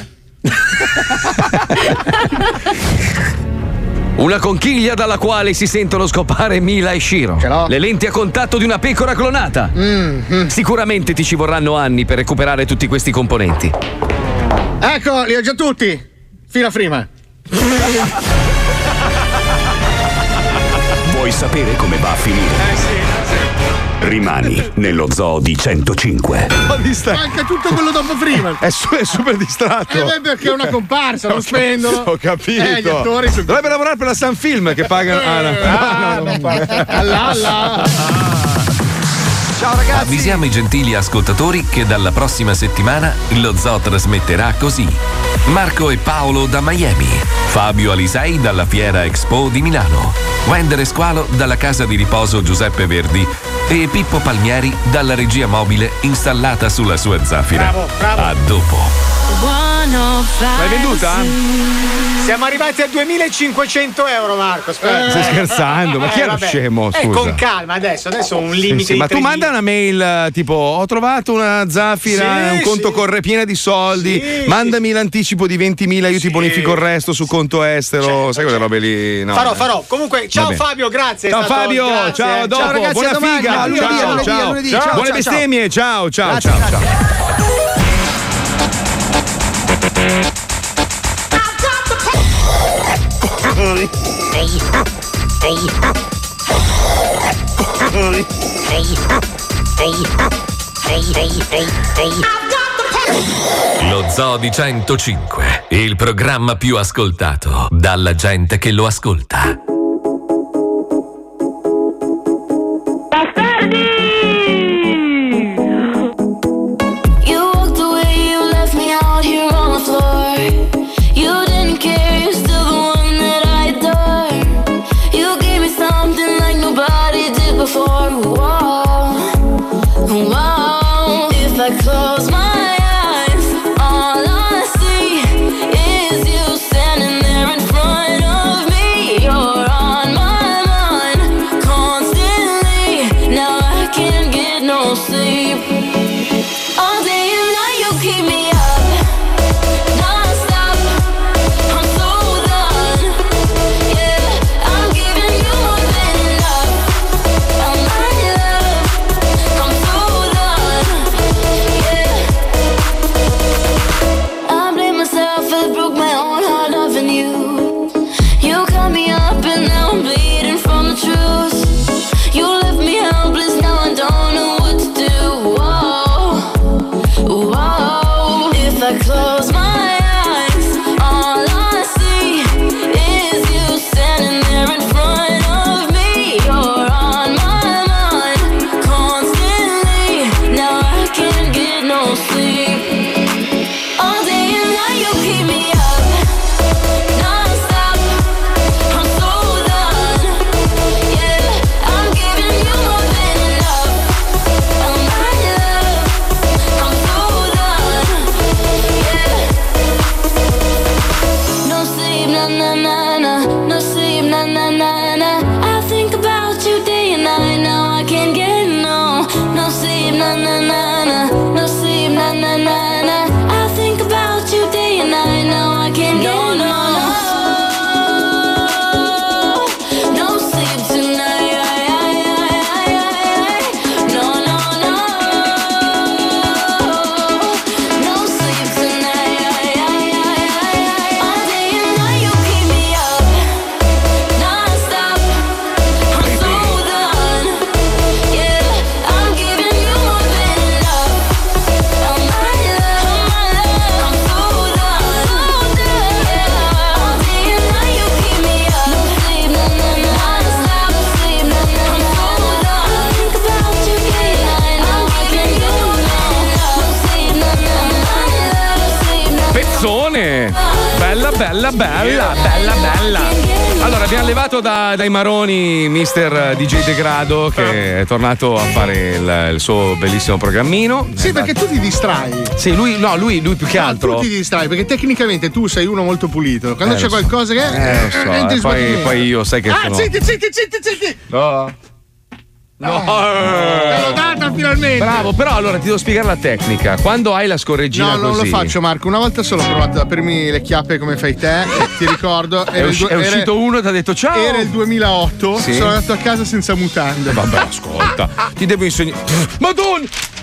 Una conchiglia dalla quale si sentono scopare Mila e Shiro. Ce l'ho. Le lenti a contatto di una pecora clonata. Mm, mm. Sicuramente ti ci vorranno anni per recuperare tutti questi componenti. Ecco, li ho già tutti. Fino a Freeman. Vuoi sapere come va a finire? Eh sì, sì. rimani nello zoo di centocinque. Manca tutto quello dopo Freeman. È, su- è super distratto. Eh beh, perché è una comparsa, non spendono. Ho capito. Eh, gli attori sono... Dovrebbe lavorare per la Sun Film che pagano. Ah, no. Ah, no, non paga. Alla, alla. Ciao ragazzi. Avvisiamo i gentili ascoltatori che dalla prossima settimana lo zoo trasmetterà così: Marco e Paolo da Miami, Fabio Alisei dalla Fiera Expo di Milano, Wender e Squalo dalla casa di riposo Giuseppe Verdi e Pippo Palmieri dalla regia mobile installata sulla sua Zafira. Bravo, bravo. A dopo. L'hai venduta? Siamo arrivati a duemilacinquecento euro, Marco. Aspetta. Stai scherzando? Ma chi Eh, è lo vabbè. scemo? Eh, Scusa. con calma, adesso, adesso ho un Sì, limite sì, di ma tu tre manda una mail eh, tipo ho trovato una Zafira, Sì, un conto sì. corre piena di soldi, Sì, mandami l'anticipo di ventimila, io ti bonifico il resto su conto estero, sai quelle robe lì? No, farò, eh. farò. Comunque, ciao Va bene. Fabio, grazie. è Ciao stato- Fabio, grazie, ciao, eh. dopo, Ciao, ragazzi, buona a domani. figa, A lunedì, ciao, a lunedì, ciao, a lunedì. ciao. Ciao, buone ciao, bestemmie, ciao, ciao, Grazie, ciao, grazie. ciao. Lo Zoo di centocinque, il programma più ascoltato dalla gente che lo ascolta. You walked away, you left me out here on the floor. You didn't care, you're still the one that I adore. You gave me something like nobody did before. Whoa, whoa. If I close my eyes, all I see is you standing there in front of me. You're on my mind constantly. Now I can't get no sleep. All day and night you keep me up, non-stop. I'm so done. Yeah, I'm giving you more than enough. Oh my love, I'm so done. Yeah, I blame myself, I broke my own heart loving you. You cut me up and now I'm bleeding from the truth. You left me helpless, now I don't know what to do. Whoa, whoa. If I close my eyes, all I see is you standing there in front of me. You're on my mind constantly. Now I can't get no sleep. All day and night you keep me up, non-stop. I'm so done. Yeah, I'm giving you more than enough. Oh my love, I'm so done. Yeah. No sleep, na na na na. No sleep, na na na na. I think about you day and night. Now I can't get no. No sleep, na na na na. No sleep, na na na na. I think about you day and night. Now I can't get no. No sleep tonight. No, no, no. No sleep tonight. All day and night you keep me up, non-stop. I'm so done. Yeah, I'm giving you more than enough. Oh my love, I'm so done. Yeah, all day and night you keep me up. No sleep, no, no, no. Non-stop, no sleep, no, no, no. I'm so done. I think about you day and night. I'm giving you more than enough. No sleep, no, no, no. No sleep, no, no. Pezzone! Bella, bella, bella, bella, bella. Allora, abbiamo levato da- dai maroni mister D J Degrado che è tornato a fare il, il suo bellissimo programmino. Sì, perché tu ti distrai. Sì, lui, no, lui, lui più che No, altro. tu ti distrai perché tecnicamente tu sei uno molto pulito. Quando Eh, c'è lo so. qualcosa che. Eh, lo so, eh, ti eh, poi, sbatti- poi io sai che Ah, sono. zitti, zitti, zitti, zitti! No. No. Te l'ho data finalmente! Bravo, però allora ti devo spiegare la tecnica. Quando hai la scorreggina No, non così. lo faccio, Marco. Una volta solo ho provato a aprirmi le chiappe come fai te. Ti ricordo. È, era il usci- du- è era- uscito uno e ti ha detto ciao. Era il duemilaotto. Sì. Sono andato a casa senza mutande. Vabbè, ascolta, ti devo insegnare. Madonna!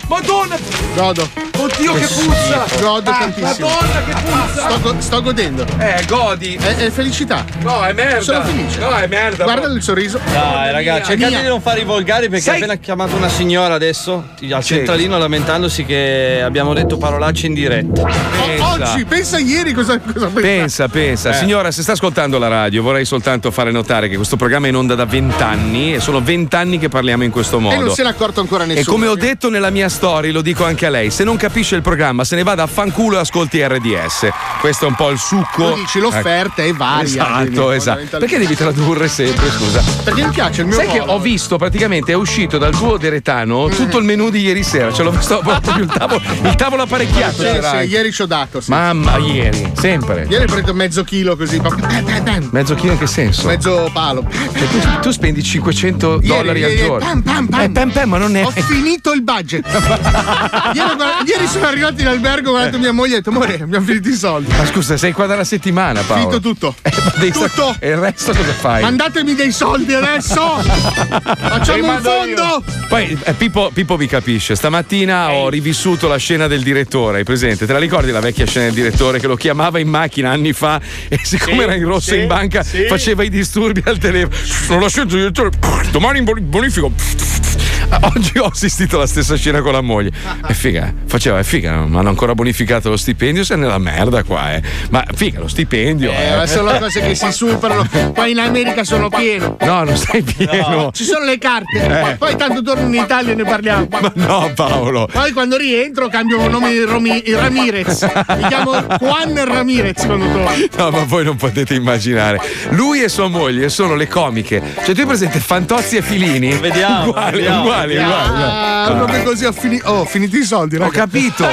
Madonna! Godo. Oddio che puzza! Godo Ah, tantissimo. Madonna che puzza! Sto, go- sto godendo. Eh, godi. È, è felicità. No, è merda. Sono felice. No, è merda. Guarda il sorriso. Dai, ragazzi, cercate Mia. di non fare i volgari perché Sai- ha appena chiamato una signora adesso al Sì. centralino lamentandosi che abbiamo detto parolacce in diretta. O- oggi, pensa ieri cosa, cosa Pensa, pensa. Eh. Signora, se sta ascoltando la radio, vorrei soltanto fare notare che questo programma è in onda da vent'anni e sono vent'anni che parliamo in questo modo. E non se n'è accorto ancora nessuno. E come ho detto nella mia story, lo dico anche a lei, se non capisce il programma se ne vada a fanculo e ascolti R D S. Questo è un po' il succo. Tu dici l'offerta è varia. quindi, Esatto, esatto. Perché devi tradurre sempre, scusa? Perché mi piace il mio Sai che modo. ho visto praticamente è uscito dal tuo deretano tutto il menù di ieri sera. Ce l'ho visto proprio il tavolo, il tavolo apparecchiato. Sì, c'era sì, anche. ieri ci ho dato. Sì. Mamma, ieri, sempre. Ieri ho preso mezzo chilo così. proprio- bam, bam, bam. Mezzo chilo in che senso? Mezzo palo. Cioè, tu, tu spendi cinquecento Ieri, dollari al ieri, giorno. pam, pam, pam. Eh, pam, pam, ma non è. Ho finito il budget. ieri, guarda- ieri sono arrivati in albergo, ho guardato mia moglie e ho detto, amore, abbiamo finito i soldi. Ma scusa, sei qua da una settimana, Paolo. Finito tutto. Eh, ma devi sta- Tutto. E il resto cosa fai? Mandatemi dei soldi adesso. Facciamo un fondo. Poi eh, Pippo, Pippo vi capisce. Stamattina ho rivissuto la scena del direttore. Hai presente? Te la ricordi la vecchia scena del direttore che lo chiamava in macchina anni fa e siccome Sì, era in rosso sì, in banca sì. faceva i disturbi al telefono. Sono la scena del direttore. Domani in boni- bonifico. Oggi ho assistito alla stessa scena con la moglie. È figa, faceva, è figa, non hanno ancora bonificato lo stipendio, sei nella merda qua, eh. Ma figa, lo stipendio. Eh, eh. ma sono cose che si superano. Qua in America sono pieno. No, non sei pieno. Ci sono le carte. Eh. Poi, poi tanto torno in Italia e ne parliamo. Ma no, Paolo. Poi quando rientro cambio nome in Romi- in Ramirez. Mi chiamo Juan Ramirez quando torno. No, ma voi non potete immaginare. Lui e sua moglie sono le comiche. Cioè, tu hai presente Fantozzi e Filini? Vediamo, Uguali, vediamo, uguali, vediamo. uguali. Ah, proprio così ho, fini- oh, ho finito i soldi. Ho raga. capito.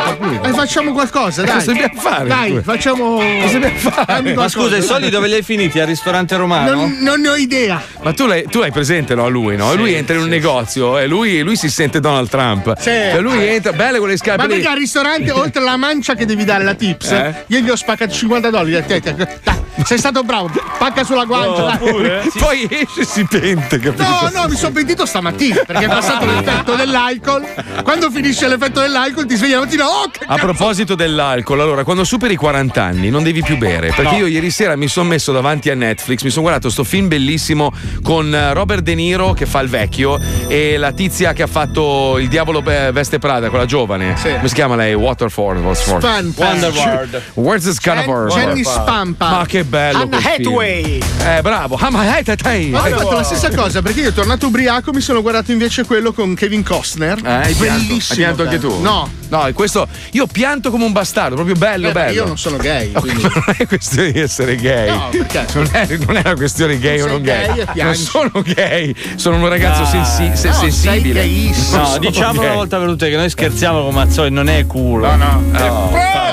E facciamo qualcosa, dai. Cosa dobbiamo fare? Dai, facciamo. Cosa dobbiamo fare? Dammi Ma qualcosa, scusa, i dai. soldi dove li hai finiti? Al ristorante romano? Non, non ne ho idea. Ma tu l'hai, tu l'hai presente, no? Lui, no? Sì, lui entra in un sì, negozio e lui, lui si sente Donald Trump. Sì. Cioè, lui entra, belle con le scarpe. Ma lì. perché al ristorante, oltre alla mancia che devi dare la tips, Eh? io gli ho spaccato cinquanta dollari. Dai, dai, dai, sei stato bravo, pacca sulla guancia. dai. pure? Sì. Poi esce e si pente, capito? No, no, mi sono pentito stamattina perché è passato l'effetto dell'alcol. Quando finisce l'effetto dell'alcol, ti svegli la mattina. Oh, che A proposito dell'alcol, allora, quando superi i quaranta anni non devi più bere. Perché No. io ieri sera mi sono messo davanti a Netflix, mi sono guardato sto film bellissimo con eh, Robert De Niro che fa il vecchio e la tizia che ha fatto Il diavolo eh, veste Prada, quella giovane. Sì. Come si chiama lei? Waterford. Waterford. Spampa. Wonderworld. Where's the Scanner? Jenny Spampa. Ma che bello! Anna quel film. Hathaway. Eh, bravo. Anna Hathaway. Ma ho fatto la stessa cosa perché io tornato ubriaco mi sono guardato invece quello con Kevin Costner. Eh, hai pianto? Bellissimo. Hai pianto anche tu? No. No, e questo io pianto come un bastardo, proprio bello, Eh, bello. Io non sono gay. Ok, quindi- non è questione di essere gay. No, perché? Non è, non è una questione gay o sei non gay. gay e non piangi. sono gay, sono un ragazzo Ah. sensi- se- No, sei sensibile. gayissimo. No, sono diciamo gay. una volta per tutte che noi scherziamo con Mazzoli, non è culo. No, no. No,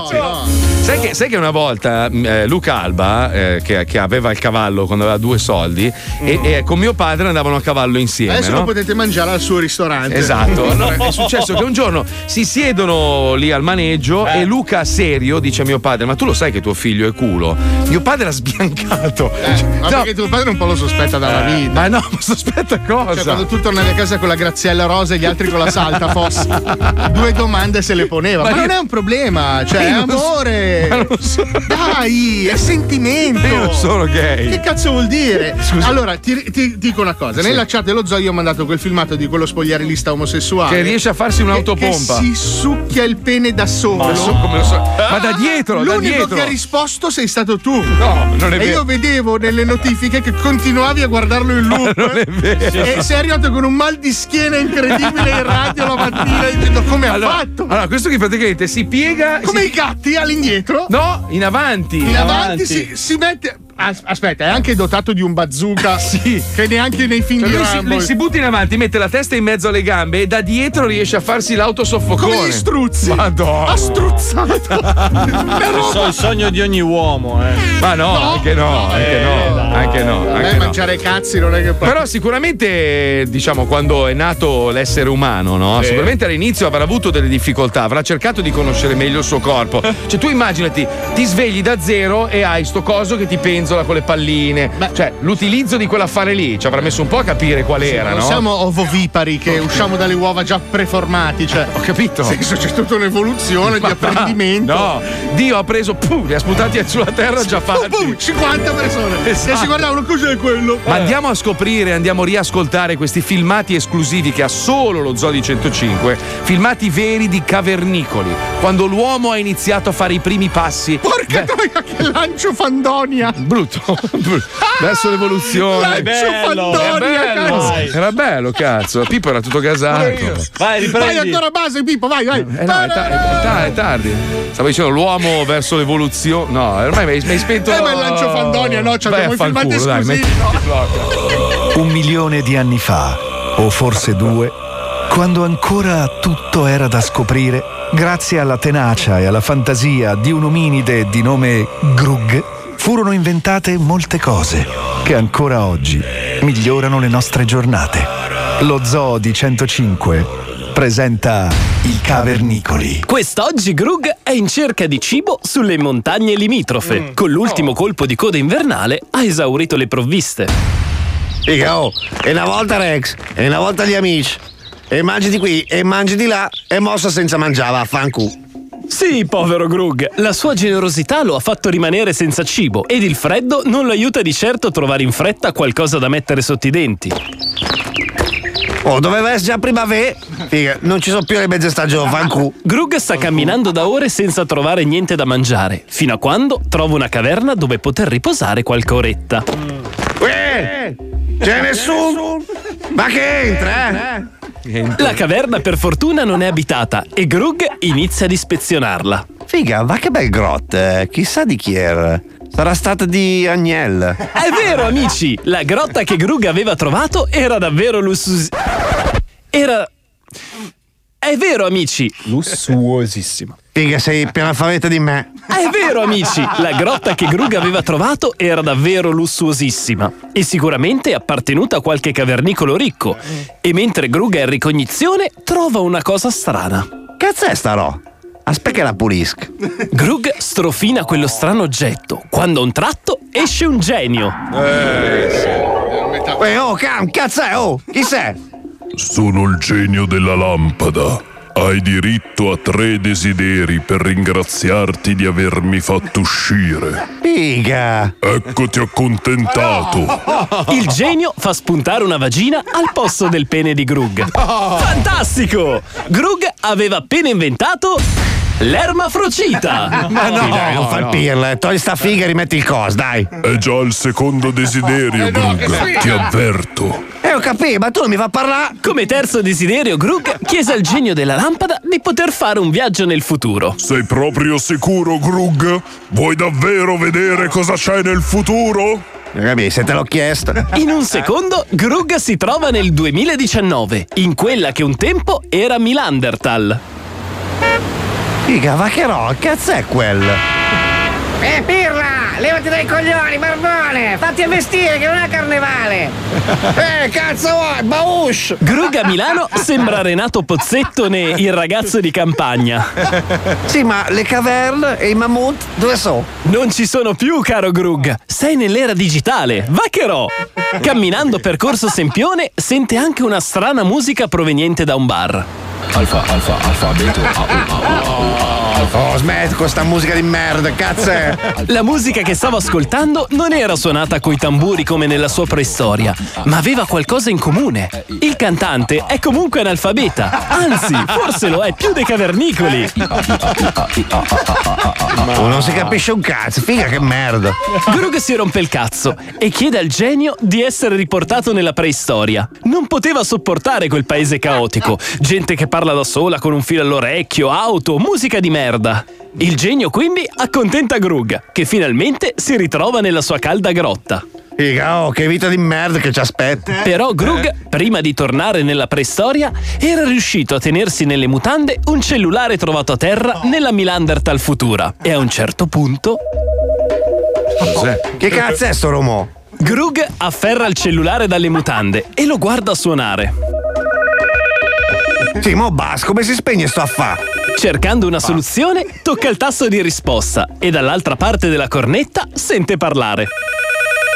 no. Sai che, sai che una volta eh, Luca Alba, eh, che, che aveva il cavallo quando aveva due soldi, e, e con mio padre andavano a cavallo insieme. Adesso no? lo potete mangiare al suo ristorante. Esatto, allora è successo che un giorno si siedono lì al maneggio e Luca serio dice a mio padre: ma tu lo sai che tuo figlio è culo? Mio padre era sbiancato. Eh, ma No, perché tuo padre un po' lo sospetta dalla eh, vita. ma no, ma sospetta cosa? Cioè, quando tu tornavi a casa con la Graziella rosa e gli altri con la salta fosse, due domande se le poneva. Ma, Ma io- non è un problema, cioè, Ma è io non so- amore. ma non so- Dai, è sentimento. Io non sono gay. Che cazzo vuol dire? Scusa. Allora, ti, ti dico una cosa: Sì. nella chat dello zoo io ho mandato quel filmato di quello spogliarilista omosessuale Che riesce a farsi che, un'autopompa. che si succhia il pene da solo. Ma so- come lo so- ma da dietro, da L'unico dietro. che ha risposto sei stato tu. No, non è E vero. io vedevo nelle notifiche che continuavi a guardarlo in loop. non è vero. E sei arrivato con un mal di schiena incredibile in radio la mattina dicendo come allora, ha fatto. allora, questo che praticamente si piega. Come si- i gatti all'indietro. No, in avanti. In avanti si, si mette. as- Aspetta, è anche dotato di un bazooka. Sì. Che neanche nei film Cioè, di lui si, Rambo. lui si butta in avanti, mette la testa in mezzo alle gambe e da dietro riesce a farsi l'autosoffocone. Come gli struzzi. Madonna. Ha struzzato. Il, so- il sogno di ogni uomo, eh. Ma no, anche no, anche no, anche no. Beh, Anche no. mangiare cazzi non è che poi. Però sicuramente, diciamo, quando è nato l'essere umano, no? Sì. Sicuramente all'inizio avrà avuto delle difficoltà, avrà cercato di conoscere meglio il suo corpo. Cioè, tu immaginati, ti svegli da zero e hai sto coso che ti penzola scatola con le palline. Beh, cioè, l'utilizzo di quell'affare lì ci avrà messo un po' a capire qual sì, era, non no? siamo ovovipari che usciamo dalle uova già preformati, cioè. Ho capito. Nel senso, c'è tutta un'evoluzione Ma di apprendimento. No, Dio ha preso, puh, li ha sputati sulla terra già fatti. Pum, pum, cinquanta persone Esatto. che si guardavano, cos'è quello? Ma andiamo a scoprire, andiamo a riascoltare questi filmati esclusivi che ha solo lo Zoo di centocinque, filmati veri di cavernicoli, quando l'uomo ha iniziato a fare i primi passi. Porca troia, che lancio Fandonia! Brutto, brutto. Verso l'evoluzione. Lancio bello, Fandonia, bello. cazzo! Era bello, cazzo. Pippo era tutto gasato. Vai, riprendi. Vai ancora a base, Pippo, vai, vai. Eh no, è, ta- è, ta- è tardi. Stavo dicendo l'uomo verso l'evoluzione. No, ormai mi hai, mi hai spento. Eh, ma il lancio Fandonia, no? Cioè, abbiamo i filmati esclusivi. Un milione di anni fa, o forse due, quando ancora tutto era da scoprire, grazie alla tenacia e alla fantasia di un ominide di nome Grug, furono inventate molte cose che ancora oggi migliorano le nostre giornate. Lo Zoo di centocinque presenta i Cavernicoli. Quest'oggi Grug è in cerca di cibo sulle montagne limitrofe. Mm. Con l'ultimo colpo di coda invernale ha esaurito le provviste. Figa, oh, e una volta Rex, e una volta gli amici. E mangi di qui, e mangi di là, e mossa senza mangiare, vaffanculo. Sì, povero Grug, la sua generosità lo ha fatto rimanere senza cibo ed il freddo non lo aiuta di certo a trovare in fretta qualcosa da mettere sotto i denti. Oh, doveva essere già primavera. Figa, non ci sono più le mezze stagioni, fanculo. Grug sta camminando da ore senza trovare niente da mangiare, fino a quando trova una caverna dove poter riposare qualche oretta. Uè, c'è nessuno? Ma che entra, eh? La caverna per fortuna non è abitata e Grug inizia ad ispezionarla. Figa, ma che bel grotto, eh? Chissà di chi era. Sarà stata di Agnel. È vero, amici! La grotta che Grug aveva trovato era davvero lussuosa. Era... È vero, amici! Lussuosissima. Figa, sei più analfabeta di me. È vero, amici! La grotta che Grug aveva trovato era davvero lussuosissima e sicuramente appartenuta a qualche cavernicolo ricco. E mentre Grug è in ricognizione, trova una cosa strana. Cazzo è sta roba? Aspetta che la pulisca. Grug strofina quello strano oggetto, quando a un tratto esce un genio. Eh, sì. Uè, oh, cam, cazzo è, oh, chi sei? Sono il genio della lampada. Hai diritto a tre desideri per ringraziarti di avermi fatto uscire. Figa! Ecco, ti ho accontentato. Il genio fa spuntare una vagina al posto del pene di Grug. Fantastico! Grug aveva appena inventato l'ermafrocita. Ma no, dai, non far pirla, togli sta figa e rimetti il cos, dai. È già il secondo desiderio, Grug. Ti avverto. Eh, ho capito, ma tu non mi fa parlare. Come terzo desiderio, Grug chiese al genio della lampada di poter fare un viaggio nel futuro. Sei proprio sicuro, Grug? Vuoi davvero vedere cosa c'è nel futuro? Capi, se te l'ho chiesto. In un secondo, Grug si trova nel duemiladiciannove, in quella che un tempo era Milandertal. Figa, ma che roba, cazzo è quello? Eh, pirla! Levati dai coglioni, barbone! Fatti a vestire che non è carnevale! Eh, cazzo vuoi, Bausch! Grug a Milano sembra Renato Pozzetto ne Il ragazzo di campagna. Sì, ma le caverne e i mammut dove sono? Non ci sono più, caro Grug. Sei nell'era digitale. Vaccherò! Camminando per Corso Sempione sente anche una strana musica proveniente da un bar. Alfa, alfa, alfabeto. Oh, smetti con sta musica di merda, cazzo è? La musica che stavo ascoltando non era suonata coi tamburi come nella sua preistoria, ma aveva qualcosa in comune. Il cantante è comunque analfabeta, anzi, forse lo è più dei cavernicoli. Oh, non si capisce un cazzo, figa che merda. Grug si rompe il cazzo e chiede al genio di essere riportato nella preistoria. Non poteva sopportare quel paese caotico, gente che parla da sola con un filo all'orecchio, auto, musica di merda. Il genio quindi accontenta Grug, che finalmente si ritrova nella sua calda grotta. Figa, oh, che vita di merda che ci aspetta. Però Grug, prima di tornare nella preistoria, era riuscito a tenersi nelle mutande un cellulare trovato a terra nella Milandertal futura. E a un certo punto... Cos'è? Che cazzo è sto rumore? Grug afferra il cellulare dalle mutande e lo guarda suonare. Sì, mo basta, come si spegne sto affare? Cercando una soluzione, tocca il tasto di risposta e dall'altra parte della cornetta sente parlare.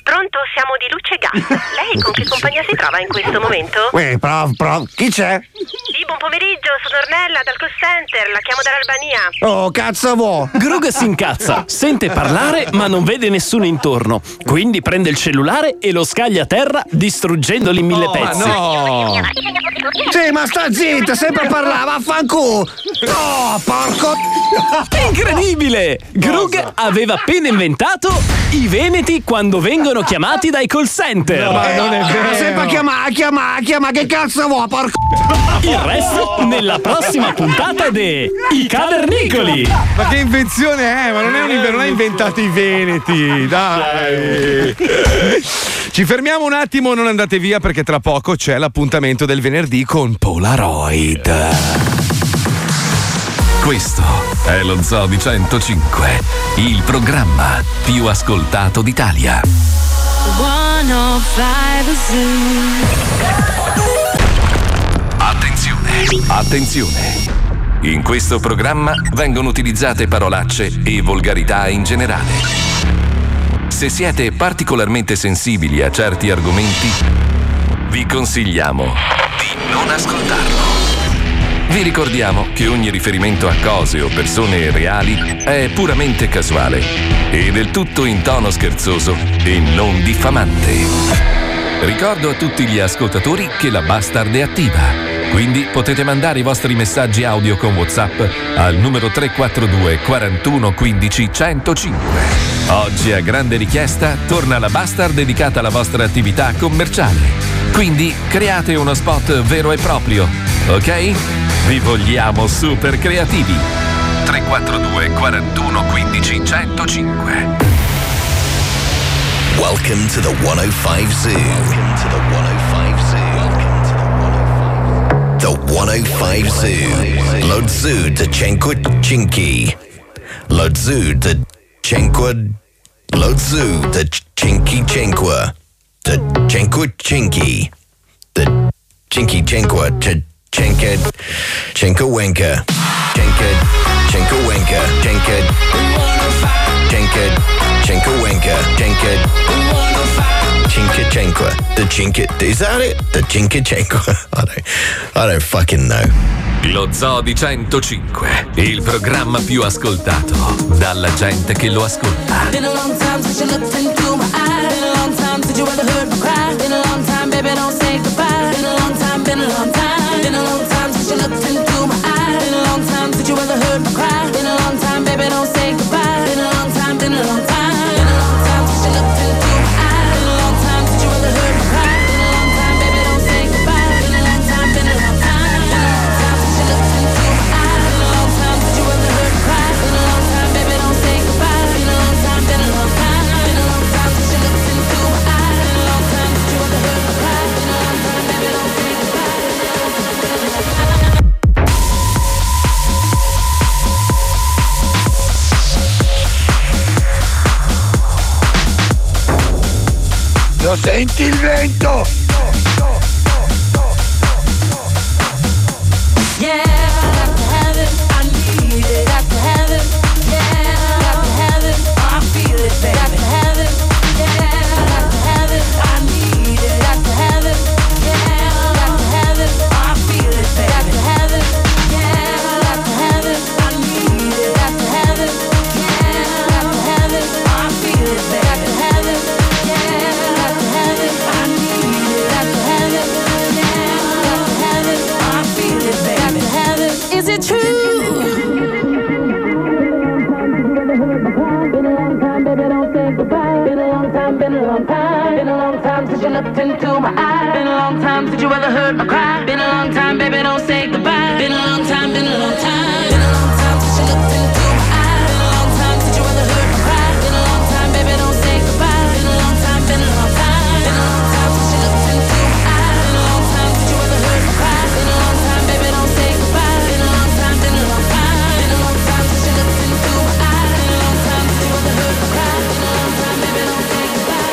Pronto, siamo di Luce Gas. Lei con che compagnia si trova in questo momento? Uè, prof, prof, chi c'è? Sì, buon pomeriggio, sono Ornella dal call center, la chiamo dall'Albania. Oh, cazzo vuoi? Grug si incazza, sente parlare ma non vede nessuno intorno. Quindi prende il cellulare e lo scaglia a terra distruggendolo in mille pezzi. No! Sì, ma sta zitta, sempre parlava, vaffanculo! No, porco! Incredibile! Grug aveva appena inventato i veneti quando vengono chiamati dai call center. No, ma non è vero. Sempre a chiamare, a chiamare, a chiamare, che cazzo vuoi, porco? Il resto nella prossima puntata de I Cavernicoli. Ma che invenzione è? Ma non è un non ha inventato i veneti, dai. Ci fermiamo un attimo, non andate via perché tra poco c'è l'appuntamento del venerdì con Polaroid. Questo è lo Zoo di centocinque, il programma più ascoltato d'Italia. Attenzione, attenzione. In questo programma vengono utilizzate parolacce e volgarità in generale. Se siete particolarmente sensibili a certi argomenti, vi consigliamo di non ascoltarlo. Vi ricordiamo che ogni riferimento a cose o persone reali è puramente casuale e del tutto in tono scherzoso e non diffamante. Ricordo a tutti gli ascoltatori che la Bastard è attiva, quindi potete mandare i vostri messaggi audio con WhatsApp al numero tre quattro due quarantuno quindici centocinque. Oggi a grande richiesta torna la Bastard dedicata alla vostra attività commerciale. Quindi create uno spot vero e proprio, ok? Vi vogliamo super creativi. tre quattro due quarantuno quindici centocinque. Welcome to the one oh five Zoo. Welcome to the one oh five Zoo. Welcome to the one oh five Zoo. Lo Zoo de Cinque Cinque. Lo Zoo de Cinque. Lo Zoo de Cinque Cinque. De Cinque Cinque. De Cinque Cinque. Cinque. Cinque Winker. Cinque. Cinque Winker. Cinque. Cinque. Cinque Winker. Cinque. Cinque Cinque. The Cinque. Is that it? The Cinque Cinque. I don't, I don't fucking know. Lo Zoo di centocinque, il programma più ascoltato dalla gente che lo ascolta. Been a long time since you looked into my eyes. Been a long time since you ever heard me cry. Been a long time, baby, don't say goodbye. Been a long time, been a long time. Been a long time since you looked into my eyes. Been a long time since you ever heard me cry. Been a long time, baby, don't say goodbye. Been a long time, been a long time. Been a long time since you looked into my eyes. Been a long time since you ever heard me cry. Been a long time, baby, don't say goodbye. Been a long time, been a long time. Been a long time since you looked into my eyes. Been a long time since you ever heard me cry. Been a long time, baby, don't say goodbye. Been a long time, been a long time. Been a long time since you looked into my eyes. Been a long time since you ever heard me cry. Been a long time, baby, don't say goodbye. Lo senti il vento? Yeah, got to have it. I need it. Got to have it. Yeah, got to have it. I feel it, baby. Got to have it. Yeah, got to have it. I need it. Got to have it. Yeah, got to have it. I feel it, baby. Got to have it. Yeah, got to have it. I need it. Got to have it. Yeah, got to have it. I feel it, baby. Got to have it. Yeah, got to have it. I need it. Got to have it. Yeah, got to have it. I feel it, baby. Got to have it. Is it true? Been a long time, baby, don't say goodbye. Been a long time, been a long time. Been a long time since you looked into my eyes. Been a long time since you ever heard me cry. Been a long time, baby, don't say goodbye. Been a long time, been a long time. Been a long time since you looked into my eyes. Been a long time since you ever heard me cry. Been a long time, baby, don't say goodbye. Been a long time, been a long time. Been a long time since you looked into my eyes. Been a long time since you ever heard me cry. Been a long time, baby, don't say goodbye. Been a long time, been a long time. Been a long time since you looked into my eyes. Been a long time since you ever heard me cry. Been a long time, baby, don't say goodbye.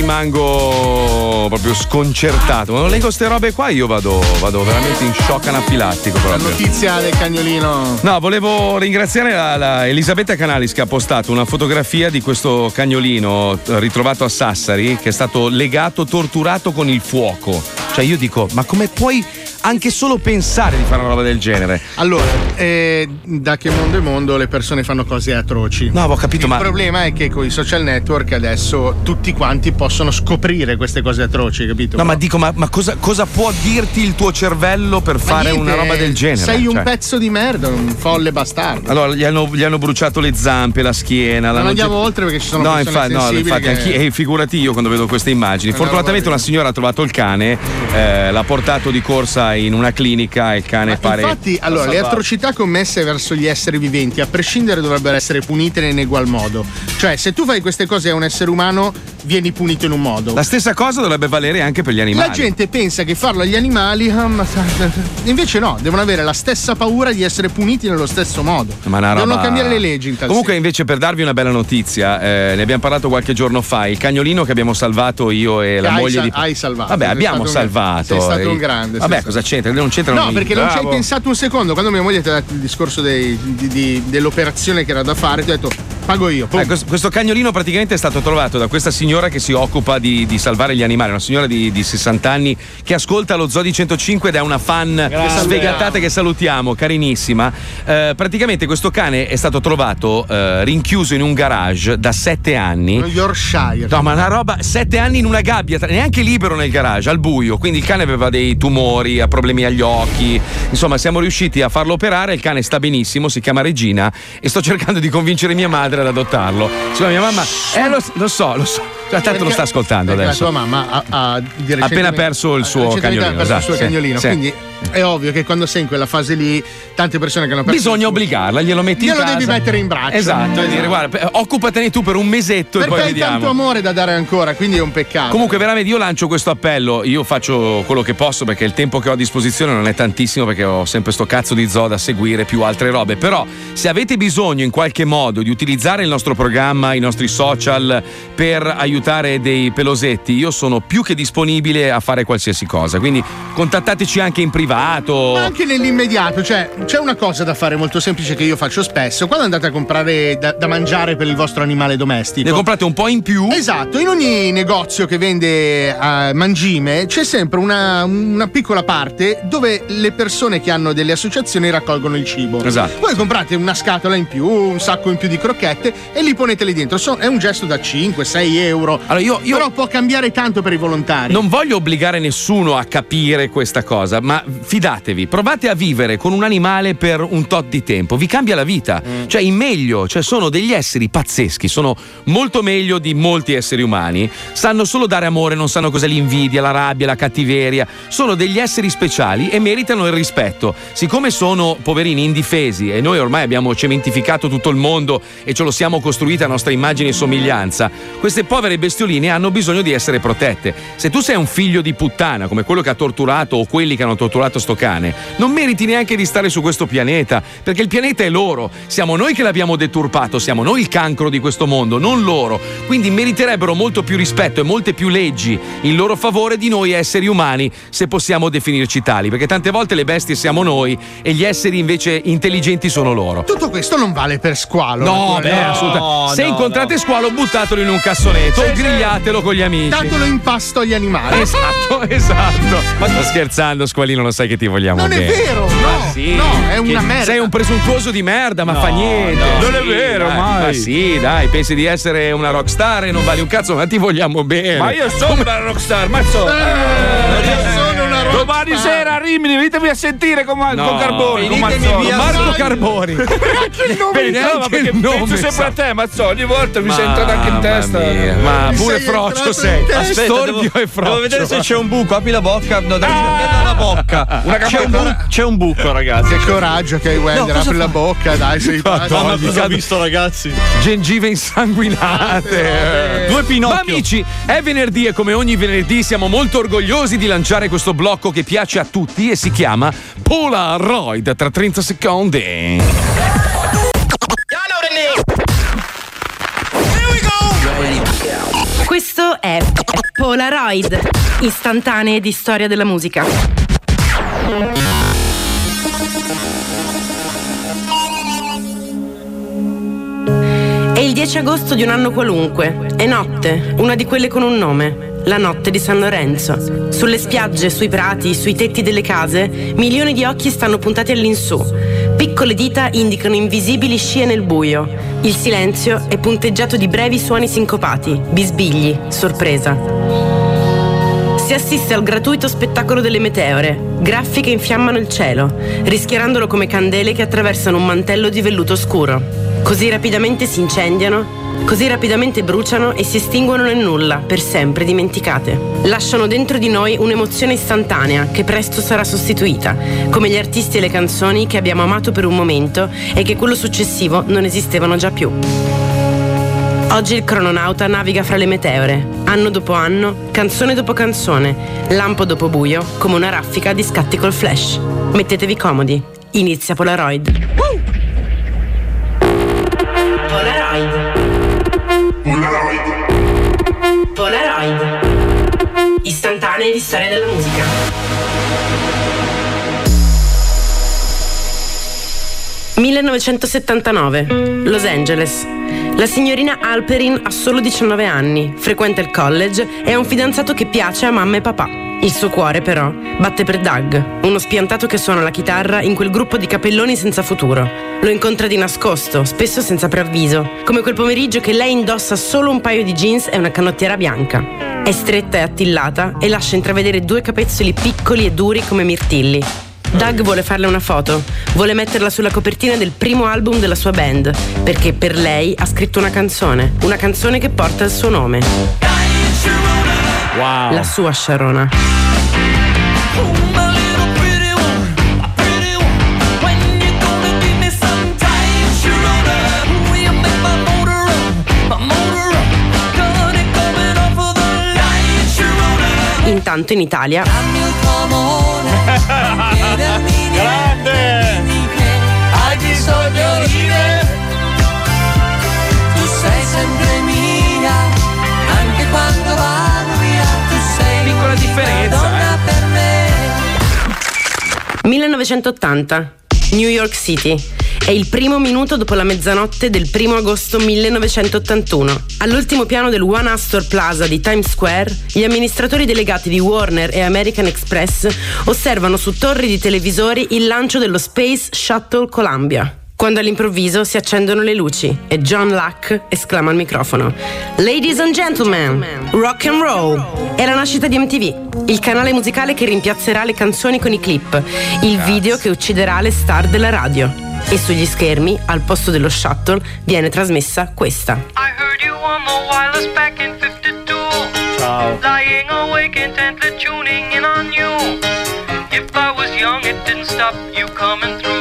rimango proprio sconcertato. Quando leggo ste robe qua io vado, vado veramente in shock anafilattico proprio. La notizia del cagnolino. No, volevo ringraziare la, la Elisabetta Canalis che ha postato una fotografia di questo cagnolino eh, ritrovato a Sassari, che è stato legato, torturato con il fuoco. Cioè io dico, ma come puoi anche solo pensare di fare una roba del genere? Allora, eh, da che mondo è mondo le persone fanno cose atroci. No, ho capito, il ma Il problema è che con i social network adesso tutti quanti possono scoprire queste cose atroci, capito? No, ma dico, ma, ma cosa, cosa può dirti il tuo cervello per Ma fare niente, una roba del genere? Sei un Cioè- pezzo di merda, un folle bastardo. Allora, gli hanno, gli hanno bruciato le zampe, la schiena. Non l'hanno andiamo get- oltre perché ci sono no, persone infatti, no, sensibili infatti, che- anch'io- eh, figurati io quando vedo queste immagini. È una Fortunatamente roba una signora ha trovato il cane, eh, l'ha portato di corsa in una clinica e il cane pare. Infatti, allora, le atrocità commesse verso gli esseri viventi, a prescindere, dovrebbero essere punite in egual modo. Cioè, se tu fai queste cose a un essere umano, vieni punito in un modo. La stessa cosa dovrebbe valere anche per gli animali. La gente pensa che farlo agli animali, ah, ma- invece no, devono avere la stessa paura di essere puniti nello stesso modo. Ma una Devono roba- cambiare le leggi in tal Comunque, senso. invece, per darvi una bella notizia, eh, ne abbiamo parlato qualche giorno fa. Il cagnolino che abbiamo salvato io e la Hai moglie sa- di. hai salvato. Vabbè, Sei abbiamo stato un- salvato. sei stato un Eh, grande, Vabbè, sei cosa c'entra? Non c'entrano No, perché non ci hai Bravo. pensato un secondo. Quando mia moglie ti ha dato il discorso dei- di- di- dell'operazione che era da fare, ti ho detto pago io. Pum. Eh, questo, questo cagnolino praticamente è stato trovato da questa signora che si occupa di, di salvare gli animali, una signora di, di sessanta anni che ascolta lo Zoo di centocinque ed è una fan sfegatata che salutiamo, carinissima. Eh, praticamente questo cane è stato trovato eh, rinchiuso in un garage da sette anni. Yorkshire. No, ma una roba, sette anni in una gabbia, tra- neanche libero nel garage, al buio. Quindi il cane aveva dei tumori, ha problemi agli occhi. Insomma, siamo riusciti a farlo operare. Il cane sta benissimo, si chiama Regina. E sto cercando di convincere mia madre ad adottarlo. Insomma, mia mamma, eh, lo, lo so, lo so. Cioè, tanto lo sta ascoltando Perché adesso. la tua mamma ha, ha di Ha appena recentemente- perso il suo recentemente ha cagnolino. perso il esatto, suo sì, cagnolino, sì. quindi è ovvio che quando sei in quella fase lì, tante persone che hanno perso. Bisogna obbligarla, glielo metti in Glielo casa. devi mettere in braccio. Esatto, e dire guarda, p- occupatene tu per un mesetto e Perché poi hai vediamo. tanto amore da dare ancora, quindi è un peccato. Comunque, veramente, io lancio questo appello. Io faccio quello che posso perché il tempo che ho a disposizione non è tantissimo, perché ho sempre sto cazzo di zoo da seguire, più altre robe. Però, se avete bisogno in qualche modo di utilizzare il nostro programma, i nostri social per aiutare dei pelosetti, io sono più che disponibile a fare qualsiasi cosa. Quindi, contattateci anche in privato. Ma anche nell'immediato, cioè c'è una cosa da fare molto semplice che io faccio spesso. Quando andate a comprare da, da mangiare per il vostro animale domestico, Ne comprate un po' in più. Esatto, in ogni negozio che vende eh, mangime c'è sempre una, una piccola parte dove le persone che hanno delle associazioni raccolgono il cibo. Esatto. Voi comprate una scatola in più, un sacco in più di crocchette e li ponete lì dentro. So- è un gesto da cinque sei euro. Allora io, io Però può cambiare tanto per i volontari. Non voglio obbligare nessuno a capire questa cosa, ma fidatevi, provate a vivere con un animale per un tot di tempo, vi cambia la vita. Mm. Cioè, in meglio, cioè sono degli esseri pazzeschi, sono molto meglio di molti esseri umani, sanno solo dare amore, non sanno cos'è l'invidia, la rabbia, la cattiveria, sono degli esseri speciali e meritano il rispetto. Siccome sono poverini indifesi e noi ormai abbiamo cementificato tutto il mondo e ce lo siamo costruita a nostra immagine e somiglianza, queste povere bestioline hanno bisogno di essere protette. Se tu sei un figlio di puttana come quello che ha torturato o quelli che hanno torturato sto cane, non meriti neanche di stare su questo pianeta, perché il pianeta è loro, siamo noi che l'abbiamo deturpato, siamo noi il cancro di questo mondo, non loro. Quindi meriterebbero molto più rispetto e molte più leggi in loro favore di noi esseri umani, se possiamo definirci tali, perché tante volte le bestie siamo noi e gli esseri invece intelligenti sono loro. Tutto questo non vale per squalo. No, beh, naturalmente. assolutamente. Se incontrate squalo, buttatelo in un cassonetto o grigliatelo con gli amici. Datelo in pasto agli animali. Esatto, esatto. Ma sto scherzando, squalino, lo sai che ti vogliamo Non è bene. vero, no, Ma sì, no, è che una merda. Sei un presuntuoso di merda, ma No, fa niente. no. Non è Sì, vero, dai. mai. Ma sì, dai, pensi di essere una rockstar e non vali un cazzo, ma ti vogliamo bene. Ma io sono una rockstar, mazzo! sono una rockstar. Domani sera a Rimini, venitemi a sentire con, No, con Carboni, con venitemi Mazzoli. via, Marco Mazzoli. Carboni. Neanche il nome. Beh, no, ma perché il nome, penso sempre sa. a te, Mazzoli, ogni volta mi sei entrato anche in testa. mia, ma Mi pure sei Frocio entrato sei. in testa. Aspetta, Storpio devo- e Frocio. devo vedere se c'è un buco, apri la bocca, no, dai, ah! la bocca. Una c'è, un bu- c'è un buco, ragazzi. Che coraggio che hai, Wender, No, cosa apri la fa? bocca, dai, sei pazzo. Mamma, cosa ho visto, ragazzi? Gengive insanguinate. Due Pinocchio. Ma amici, è venerdì e come ogni venerdì siamo molto orgogliosi di lanciare questo blocco che piace a tutti e si chiama Polaroid tra trenta secondi. Questo è Polaroid, istantanee di storia della musica. È il dieci agosto di un anno qualunque. È notte, una di quelle con un nome. La notte di San Lorenzo. Sulle spiagge, sui prati, sui tetti delle case, milioni di occhi stanno puntati all'insù. Piccole dita indicano invisibili scie nel buio. Il silenzio è punteggiato di brevi suoni sincopati, bisbigli, sorpresa. Si assiste al gratuito spettacolo delle meteore, graffi che infiammano il cielo, rischiarandolo come candele che attraversano un mantello di velluto scuro. Così rapidamente si incendiano, così rapidamente bruciano e si estinguono nel nulla, per sempre dimenticate. Lasciano dentro di noi un'emozione istantanea che presto sarà sostituita, come gli artisti e le canzoni che abbiamo amato per un momento e che quello successivo non esistevano già più. Oggi il crononauta naviga fra le meteore, anno dopo anno, canzone dopo canzone, lampo dopo buio, come una raffica di scatti col flash. Mettetevi comodi, inizia Polaroid. Woo! Polaroid. Polaroid. Polaroid. Istantanee di storia della musica. millenovecentosettantanove, Los Angeles. La signorina Alperin ha solo diciannove anni, frequenta il college e ha un fidanzato che piace a mamma e papà. Il suo cuore, però, batte per Doug, uno spiantato che suona la chitarra in quel gruppo di capelloni senza futuro. Lo incontra di nascosto, spesso senza preavviso, come quel pomeriggio che lei indossa solo un paio di jeans e una canottiera bianca. È stretta e attillata e lascia intravedere due capezzoli piccoli e duri come mirtilli. Doug vuole farle una foto, vuole metterla sulla copertina del primo album della sua band, perché per lei ha scritto una canzone, una canzone che porta il suo nome. Wow. La sua Sharona. Intanto in Italia grande, hai bisogno di me, tu sei sempre mia, anche quando vado via, tu sei piccola differenza, donna eh. per me. millenovecentottanta, New York City. È il primo minuto dopo la mezzanotte del primo agosto millenovecentottantuno. All'ultimo piano del One Astor Plaza di Times Square, gli amministratori delegati di Warner e American Express osservano su torri di televisori il lancio dello Space Shuttle Columbia. Quando all'improvviso si accendono le luci e John Luck esclama al microfono: "Ladies and gentlemen, rock and roll!" È la nascita di M T V, il canale musicale che rimpiazzerà le canzoni con i clip, il video che ucciderà le star della radio. E sugli schermi, al posto dello shuttle, viene trasmessa questa. I heard you on the wireless back in fifty-two. Ciao. Lying awake intently tuning in on you. If I was young it didn't stop you coming through.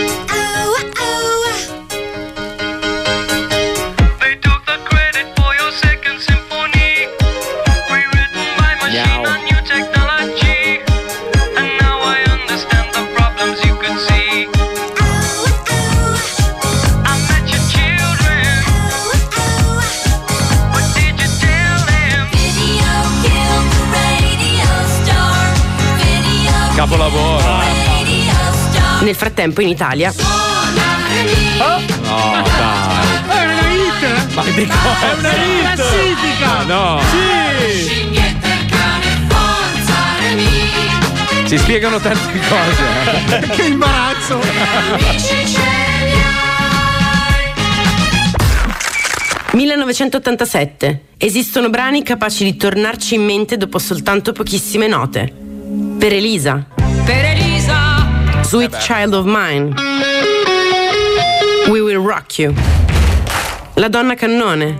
They took the credit for your second symphony, rewritten by machine on new technology. And now I understand the problems you could see. Capolavoro. Nel frattempo in Italia Oh. No, dai. È una hit! Ma di cosa? È una hit! Classifica! No. Sì! Si spiegano tante cose. eh. Che imbarazzo! millenovecentottantasette. Esistono brani capaci di tornarci in mente dopo soltanto pochissime note. Per Elisa. Per Elisa. Sweet Child of Mine. We Will Rock You. La Donna Cannone.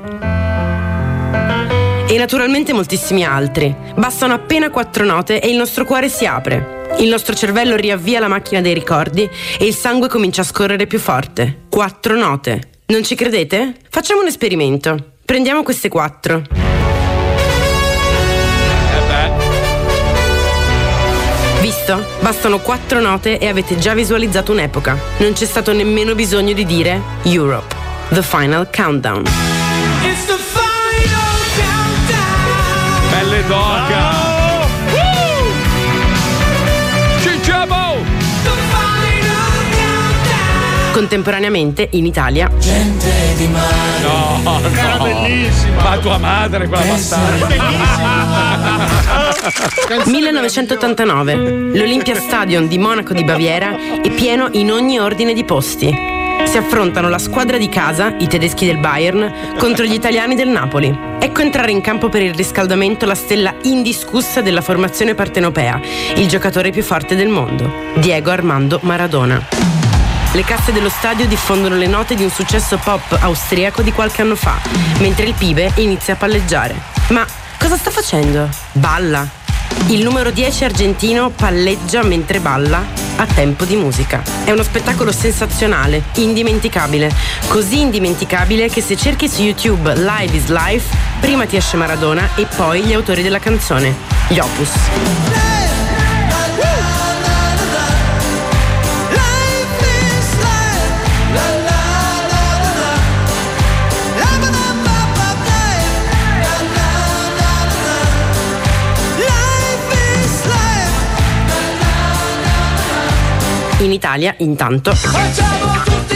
E naturalmente moltissimi altri. Bastano appena quattro note e il nostro cuore si apre. Il nostro cervello riavvia la macchina dei ricordi e il sangue comincia a scorrere più forte. Quattro note. Non ci credete? Facciamo un esperimento. Prendiamo queste quattro. Visto? Bastano quattro note e avete già visualizzato un'epoca. Non c'è stato nemmeno bisogno di dire Europe. The Final Countdown. It's the final countdown. Belle tocca. Cicciamo! Contemporaneamente in Italia Gente di mare. No, no. Era bellissima. Ma tua madre quella bastarda. millenovecentottantanove. L'Olympia Stadium di Monaco di Baviera è pieno in ogni ordine di posti. Si affrontano la squadra di casa, i tedeschi del Bayern, contro gli italiani del Napoli. Ecco entrare in campo per il riscaldamento la stella indiscussa della formazione partenopea, il giocatore più forte del mondo, Diego Armando Maradona. Le casse dello stadio diffondono le note di un successo pop austriaco di qualche anno fa, mentre il pibe inizia a palleggiare. Ma cosa sta facendo? Balla. Il numero dieci argentino palleggia mentre balla a tempo di musica. È uno spettacolo sensazionale, indimenticabile. Così indimenticabile che se cerchi su YouTube Live is Life, prima ti esce Maradona e poi gli autori della canzone, gli Opus. In Italia, intanto. Facciamo tutti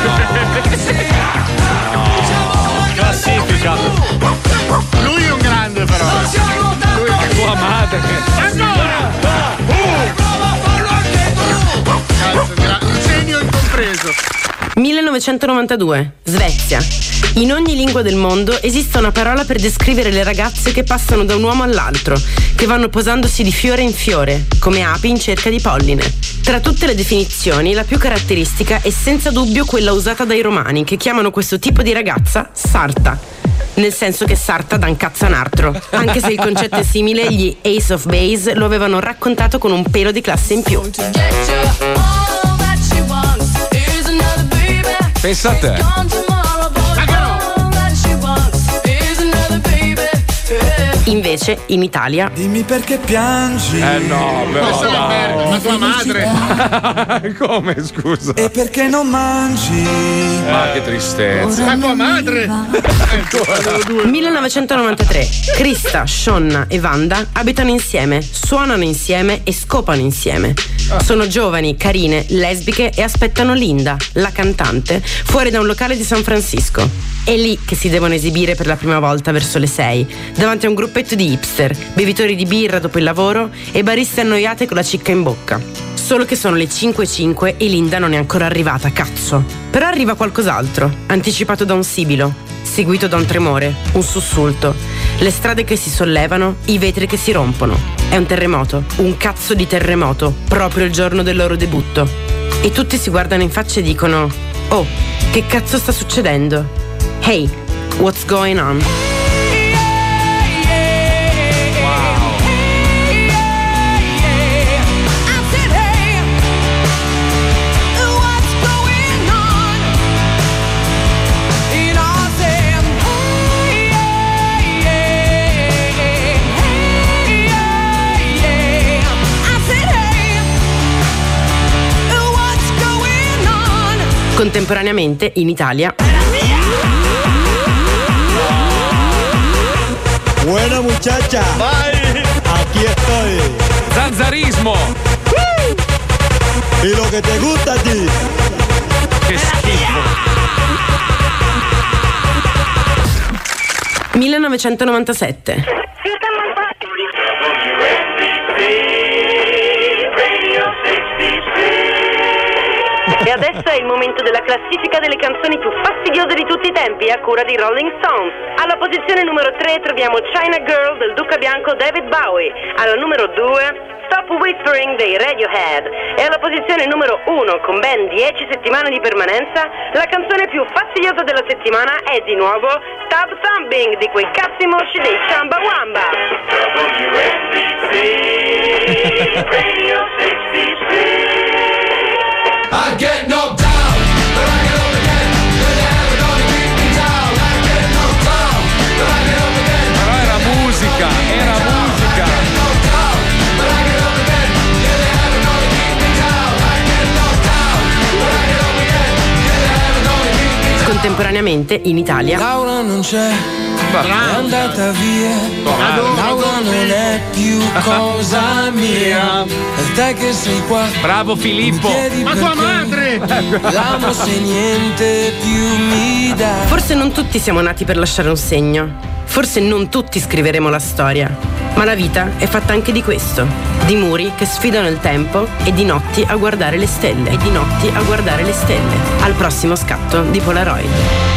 Classifica. Lui è un grande però. Lui è tua madre. Ancora! Prova a farlo anche tu! Cazzo, un genio incompreso. millenovecentonovantadue, Svezia. In ogni lingua del mondo esiste una parola per descrivere le ragazze che passano da un uomo all'altro, che vanno posandosi di fiore in fiore, come api in cerca di polline. Tra tutte le definizioni, la più caratteristica è senza dubbio quella usata dai romani, che chiamano questo tipo di ragazza sarta. Nel senso che sarta da un cazzo a un altro. Anche se il concetto è simile, gli Ace of Base lo avevano raccontato con un pelo di classe in più. Pensa a te. Invece, in Italia. Dimmi perché piangi. Eh no, però. Questa è la merda, ma tua madre. Come, scusa? E perché non mangi? Ma che tristezza. Ma tua madre. millenovecentonovantatré. Krista, Shonna e Wanda abitano insieme, suonano insieme e scopano insieme. Sono giovani, carine, lesbiche e aspettano Linda, la cantante, fuori da un locale di San Francisco. È lì che si devono esibire per la prima volta verso le sei, davanti a un gruppetto di hipster, bevitori di birra dopo il lavoro e bariste annoiate con la cicca in bocca. Solo che sono le cinque e cinque e Linda non è ancora arrivata, cazzo. Però arriva qualcos'altro, anticipato da un sibilo, seguito da un tremore, un sussulto, le strade che si sollevano, i vetri che si rompono. È un terremoto, un cazzo di terremoto, proprio il giorno del loro debutto. E tutti si guardano in faccia e dicono: oh, che cazzo sta succedendo? Hey, what's going on? Contemporaneamente in Italia. Buena muchacha. Vai. Aquí estoy. Zanzarismo. Y lo que te gusta a ti. Che schifo. millenovecentonovantasette. E adesso è il momento della classifica delle canzoni più fastidiose di tutti i tempi a cura di Rolling Stones. Alla posizione numero tre troviamo China Girl del Duca Bianco David Bowie. Alla numero due Stop Whispering dei Radiohead. E alla posizione numero uno, con ben dieci settimane di permanenza, la canzone più fastidiosa della settimana è di nuovo Stop Thumping di quei cazzi mosci dei Chamba Wamba. I get knocked down, but I get up again. You're never gonna keep me down. I get knocked down, but I get up again. Però era musica, era musica. I get knocked down, but I get up again. You're never gonna keep me down. I get knocked down, but I get up again. You're never gonna keep me down. Contemporaneamente, in Italia, Laura non c'è, è andata via. Laura non è più cosa mia. Per te che sei qua. Bravo Filippo. Ma tua madre! L'amo se niente più mi dà. forse non tutti siamo nati per lasciare un segno. Forse non tutti scriveremo la storia. Ma la vita è fatta anche di questo. Di muri che sfidano il tempo e di notti a guardare le stelle. E di notti a guardare le stelle. Al prossimo scatto di Polaroid.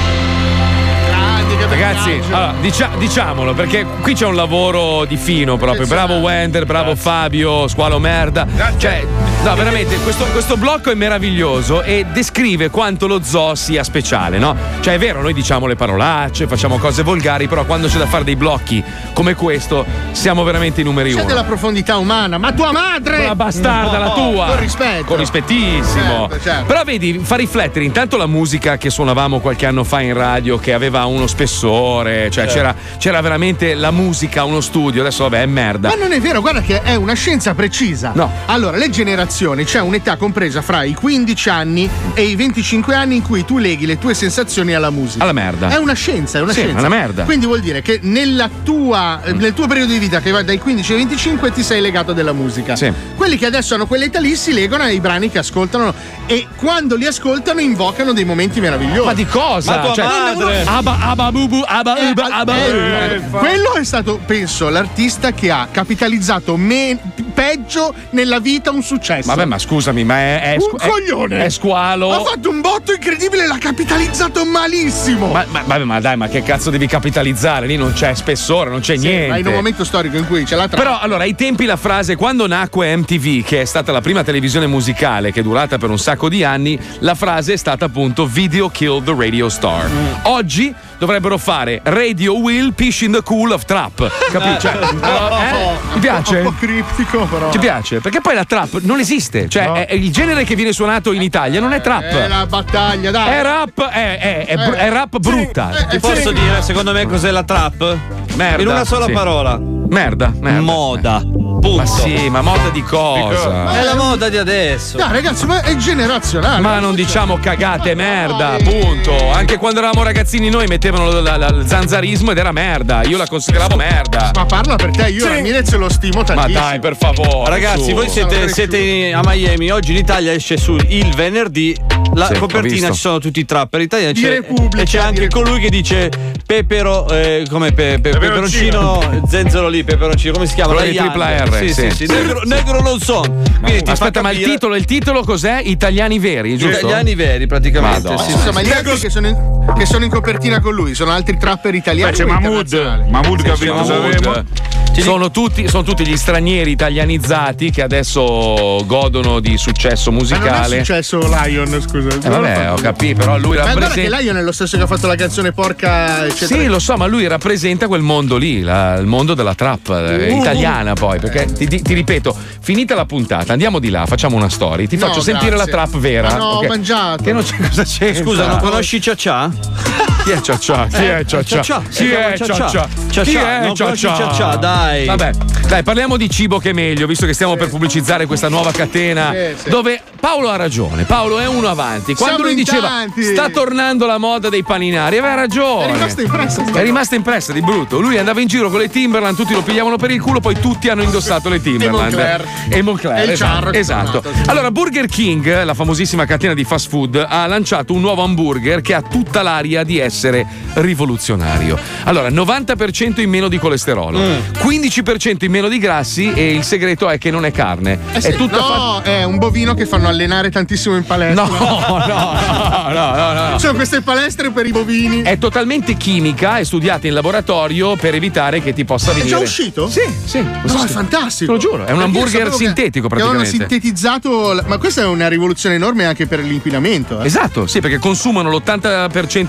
Ragazzi, allora, dicia- diciamolo, perché qui c'è un lavoro di fino proprio. Bravo Wender, bravo Fabio, squalo merda. Cioè, no, veramente, questo, questo blocco è meraviglioso e descrive quanto lo zoo sia speciale, no? Cioè, è vero, noi diciamo le parolacce, facciamo cose volgari, però quando c'è da fare dei blocchi come questo, siamo veramente i numeri C'è uno. della profondità umana, ma tua madre! La bastarda, No, la tua! Con rispetto. Con rispettissimo. Certo, certo. Però vedi, fa riflettere intanto la musica che suonavamo qualche anno fa in radio, che aveva uno spessore, cioè Certo. c'era, c'era veramente la musica, uno studio, adesso vabbè è merda. Ma non è vero, guarda che è una scienza precisa. No. Allora, le generazioni, c'è un'età compresa fra i quindici anni e i venticinque anni in cui tu leghi le tue sensazioni alla musica. Alla merda. È una scienza, è una Sì, scienza. è una merda. Quindi vuol dire che nella tua, eh, nel tuo periodo di vita, che va dai quindici ai venticinque, ti sei legato della musica. Sì. Quelli che adesso hanno quell'età lì si legano ai brani che ascoltano e quando li ascoltano invocano dei momenti meravigliosi. Ma di cosa? Ma tua Cioè, madre! Abba, abba, bubu, abba, Eh, uba, abba, eh, uba. quello è stato, penso, l'artista che ha capitalizzato me- peggio nella vita un successo. Vabbè, ma scusami, ma è, è, un squ- è- coglione! è squalo. Ha fatto un botto incredibile, l'ha capitalizzato malissimo. Ma, ma, vabbè, ma dai, ma che cazzo devi capitalizzare? Lì non c'è spessore, non c'è Sì, niente. ma in un momento storico in cui c'è la trama. Però allora ai tempi la frase quando nacque M T V, che è stata la prima televisione musicale che è durata per un sacco di anni, la frase è stata appunto Video Killed the Radio Star. Oggi dovrebbero fare Radio Will Pish in the Cool of Trap. Capisci? Cioè, eh? Ti piace? Un po' criptico, però. Ti piace? Perché poi la trap non esiste. Cioè, No. è, è il genere che viene suonato in Italia non è trap. È la battaglia, dai. È rap, è, è- è br- è rap brutta. Eh, Ti posso dire, secondo me, cos'è la trap? Merda, In una sola sì. parola. Merda, merda. Moda. Punto. Ma sì, ma moda di cosa? È la moda di adesso. Dai, ragazzi, ma è generazionale. Ma non diciamo cagate, merda, punto. Anche quando eravamo ragazzini noi mettevano la- la- il zanzarismo ed era merda. Io la consideravo merda. Ma parla per te, io Ramirez lo stimo Ma tantissimo. dai, per favore. Ragazzi, su. voi siete, siete a Miami. Oggi in Italia esce su il venerdì. La Sì, ho copertina visto. ci sono tutti i trapper italiani. Di c'è- Repubblica, e c'è di anche Repubblica. colui che dice Pepero. Eh, come pe- pe- Peperoncino. peperoncino, zenzero lì, peperoncino. Come si chiama? Quello di Ryan. tripla R, Sì, sì, sì, sì. sì. Negro, negro non so. Quindi ti fa Aspetta, ma il capire- titolo, il titolo cos'è? Italiani veri, giusto? Italiani veri, praticamente. Madonna. Sì, Scusa, sì. ma gli altri che sono, in, che sono in copertina con lui sono altri trapper italiani. Beh, c'è o Mahmood. internazionali? Mahmood che ha Sì, vinto Mahmood. Sanremo. Sono tutti, sono tutti gli stranieri italianizzati che adesso godono di successo Ma non è musicale. successo Lion, scusa. Eh, vabbè, ho capito, però lui Ma guarda che rappresenta. Lion è lo stesso che ha fatto la canzone Porca, eccetera. Sì, lo so, ma lui rappresenta quel mondo lì, la- il mondo della trap eh, Uh. italiana poi. Perché ti, ti- ti ripeto, finita la puntata, andiamo di là, facciamo una story. Ti No, faccio sentire grazie. la trap vera. Ma no, ok? ho mangiato. Che non c'è cosa c'è. Scusa, non conosci Ciaccia? Chi è Ciaccia? Chi è Ciaccia? Ciaccia. Chi Si è chiama Ciaccia? Ciaccia. Chi Ciaccia, è non conosci Ciaccia? Ciaccia, dai. Vabbè, dai, parliamo di cibo che è meglio, visto che stiamo per pubblicizzare questa nuova catena. Sì, sì. Dove Paolo ha ragione. Paolo è uno avanti. Quando Siamo lui in diceva tanti. sta tornando la moda dei paninari, aveva ragione. È rimasta impressa sta È rimasta impressa di brutto. Lui andava in giro con le Timberland, tutti lo pigliavano per il culo, poi tutti hanno indossato le Timberland. Moncler. E Moncler. E il esatto. Charro che è esatto. tornato. Allora, Burger King, la famosissima catena di fast food, ha lanciato un nuovo hamburger che ha tutta l'aria di essere rivoluzionario. Allora, novanta per cento in meno di colesterolo, quindici per cento in meno di grassi e il segreto è che non è carne. Eh sì, è tutta fatta. no, è un bovino che fanno allenare tantissimo in palestra. No, no, no, no, no, no. Sono queste palestre per i bovini. È totalmente chimica, è studiata in laboratorio per evitare che ti possa È venire. già uscito? Sì, sì. No, è fantastico. Te lo giuro, è un Perché io hamburger sapevo che- sintetico che avevano praticamente. sintetizzato. la- Ma questa è una rivoluzione enorme anche per l'inquinamento. Eh? Esatto, sì, perché consumano l'ottanta per cento in meno di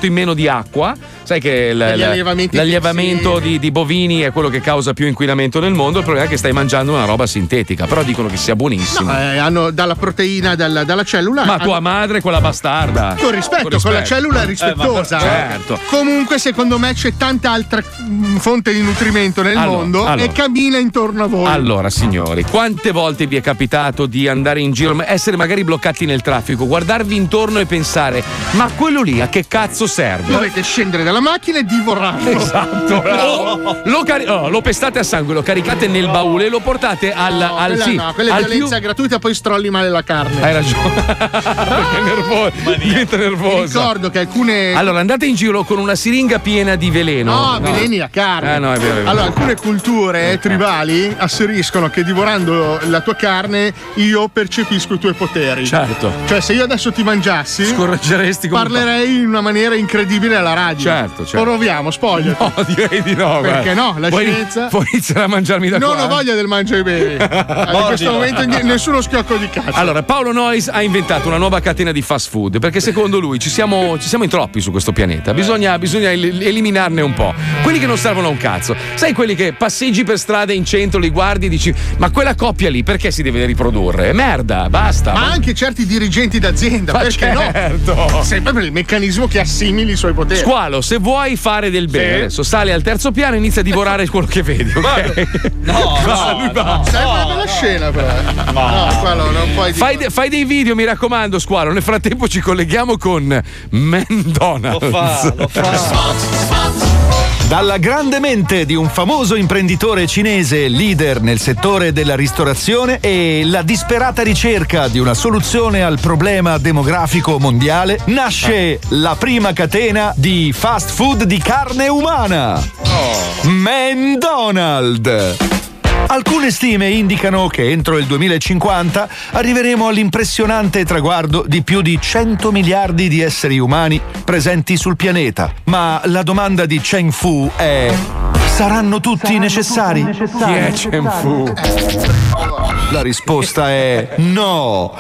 acqua. Sai che l- Gli l- allevamenti l'allevamento di, di bovini è quello che causa più inquinamento nel mondo. Il problema è che stai mangiando una roba sintetica, però dicono che sia buonissima. No, eh, hanno dalla proteina dalla, dalla cellula. Ma hanno... tua madre è quella bastarda. Con rispetto, con, la cellula rispettosa. Eh, ma- certo. Comunque, secondo me c'è tanta altra mh, fonte di nutrimento nel Allora, mondo allora. e cammina intorno a voi. Allora, signori, quante volte vi è capitato di andare in giro, essere magari bloccati nel traffico, guardarvi intorno e pensare: ma quello lì a che cazzo serve? Dovete scendere dalla macchina e divorarlo. Esatto. O lo, cari- oh, lo pestate a sangue, lo caricate nel baule e lo portate al. No, al quella sì, no, quella è al violenza più- gratuita, poi strolli male la carne. Hai ragione. Perché è nervoso. Diventa nervoso. Ricordo che alcune. Allora, andate in giro con una siringa piena di veleno. No, veleni la carne. Eh, no, è vero, è vero. Allora, alcune culture tribali asseriscono che divorando la tua carne io percepisco i tuoi poteri. Certo. Cioè, se io adesso ti mangiassi, scorreggeresti come parlerei in una maniera incredibile alla radio. Certo, certo. Proviamo, spoiler. No, direi di no. Perché guarda. no? La Puoi- scienza. Puoi iniziare a mangiarmi da non qua. ho voglia del mangia e bevi. In questo momento n- nessuno schiocco di cazzo. Allora, Paolo Noyes ha inventato una nuova catena di fast food perché secondo lui ci siamo, ci siamo in troppi su questo pianeta. Bisogna, bisogna el- eliminarne un po'. Quelli che non servono a un cazzo. Sai quelli che passeggi per strada in centro, li guardi e dici: ma quella coppia lì perché si deve riprodurre? Merda, basta. Ma anche certi dirigenti d'azienda, Ma perché certo. no? Sempre per il meccanismo che assimili i suoi poteri. Squalo, se vuoi fare del bene, adesso sali al terzo piano e inizia a divorare quello che vedi, ok? No, Va, lui va. Sai una bella scena, però. No, quello non puoi dire. Fai, de- fai dei video, mi raccomando, Squalo. Nel frattempo ci colleghiamo con McDonald's. Lo fa, lo fa. Dalla grande mente di un famoso imprenditore cinese leader nel settore della ristorazione e la disperata ricerca di una soluzione al problema demografico mondiale, nasce la prima catena di fast food di carne umana. McDonald's. Alcune stime indicano che entro il duemilacinquanta arriveremo all'impressionante traguardo di più di cento miliardi di esseri umani presenti sul pianeta. Ma la domanda di Cheng Fu è: saranno tutti necessari? Chi è Cheng Fu? La risposta è no.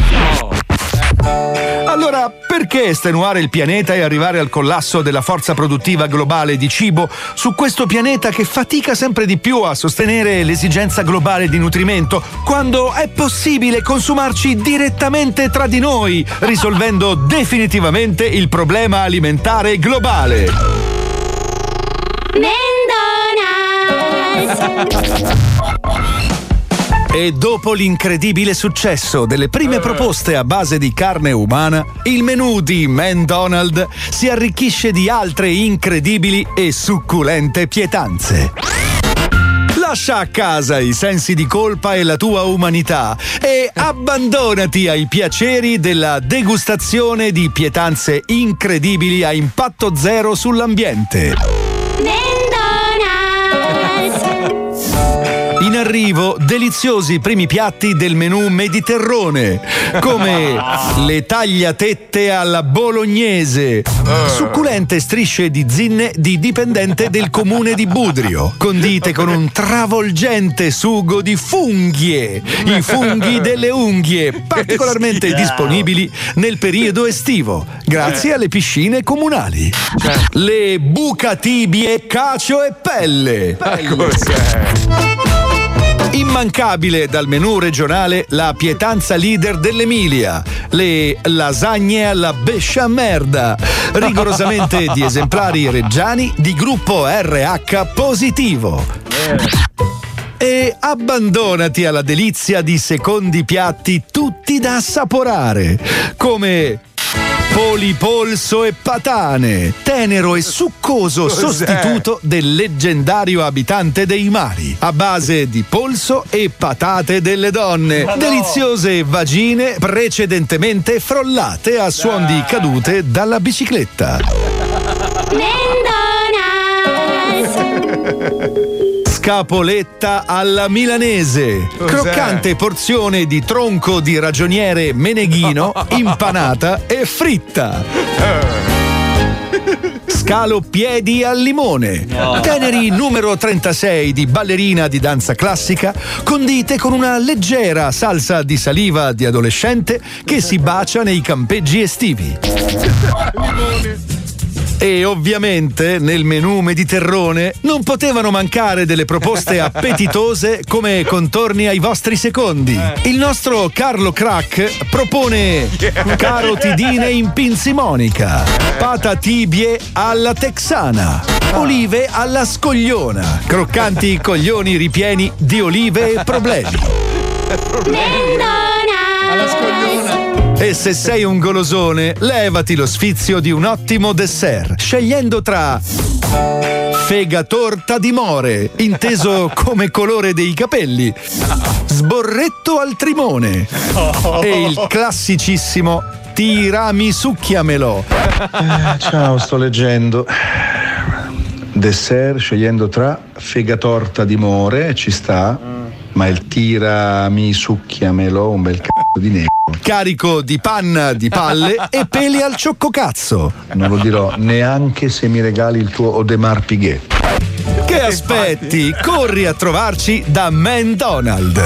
Allora, perché estenuare il pianeta e arrivare al collasso della forza produttiva globale di cibo su questo pianeta che fatica sempre di più a sostenere l'esigenza globale di nutrimento, quando è possibile consumarci direttamente tra di noi, risolvendo definitivamente il problema alimentare globale? E dopo l'incredibile successo delle prime proposte a base di carne umana, il menù di McDonald's si arricchisce di altre incredibili e succulente pietanze. Lascia a casa i sensi di colpa e la tua umanità e abbandonati ai piaceri della degustazione di pietanze incredibili a impatto zero sull'ambiente. In arrivo deliziosi primi piatti del menù mediterrone, come le tagliatette alla bolognese, succulente strisce di zinne di dipendente del comune di Budrio, condite con un travolgente sugo di funghie, i funghi delle unghie, particolarmente disponibili nel periodo estivo, grazie alle piscine comunali. Le bucatibie cacio e pelle. Immancabile dal menù regionale la pietanza leader dell'Emilia, le lasagne alla besciamerda, rigorosamente di esemplari reggiani di gruppo R H positivo. E abbandonati alla delizia di secondi piatti tutti da assaporare, come polipolso e patane, tenero e succoso Cos'è? sostituto del leggendario abitante dei mari, a base di polso e patate delle donne, Ma no! deliziose vagine precedentemente frollate a suon di cadute dalla bicicletta. Scapoletta alla milanese, Cos'è? croccante porzione di tronco di ragioniere meneghino impanata e fritta. Scalopiedi al limone, No. teneri numero trentasei di ballerina di danza classica, condite con una leggera salsa di saliva di adolescente che si bacia nei campeggi estivi. E ovviamente nel menù mediterrone non potevano mancare delle proposte appetitose come contorni ai vostri secondi. Il nostro Carlo Crack propone carotidine in pinzimonica, patatibie alla texana, olive alla scogliona, croccanti coglioni ripieni di olive e problemi. Alla scogliona. E se sei un golosone, levati lo sfizio di un ottimo dessert, scegliendo tra fegatorta di more, inteso come colore dei capelli, sborretto al trimone e il classicissimo tiramisucchiamelo. Eh, ciao, sto leggendo. Dessert scegliendo tra fegatorta di more, ci sta, ma il tiramisucchiamelo, un bel c***o di nero. Carico di panna di palle e peli al cioccocazzo. Non lo dirò neanche se mi regali il tuo Audemars Piguet. Che aspetti? Corri a trovarci da McDonald's.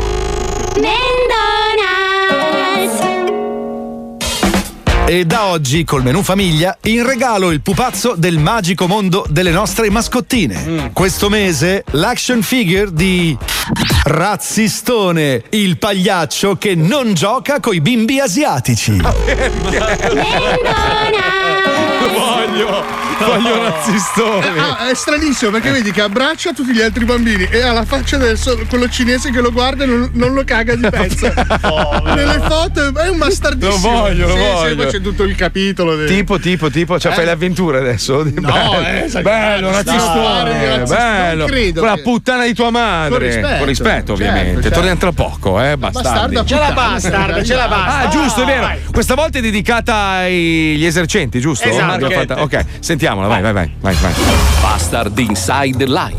E da oggi col menù famiglia in regalo il pupazzo del magico mondo delle nostre mascottine. Mm. Questo mese l'action figure di Razzistone, il pagliaccio che non gioca coi bimbi asiatici. Lo voglio, voglio Razzistone. Eh, ah, è stranissimo perché vedi che abbraccia tutti gli altri bambini e ha la faccia del so- quello cinese che lo guarda e non, non lo caga di pezzo. Nelle foto è un bastardissimo. Lo voglio, lo sì, voglio. Sì, poi c'è tutto il capitolo. Del... Tipo, tipo, tipo, cioè Eh? fai le avventure adesso? No, bello, eh, sai- bello, no, Razzistone, Razzistone, bello. credo Quella che- puttana di tua madre. Con rispetto, Con rispetto, ovviamente. certo, certo. Torniamo tra poco, eh, bastardi. Bastarda Ce la puttana. bastard, ce la basta. Ah, giusto, è vero. Vai. Questa volta è dedicata agli esercenti, giusto? Esatto. Marco ha fatto- Ok, sentiamola, vai, vai, vai, vai, vai. Bastard Inside Live.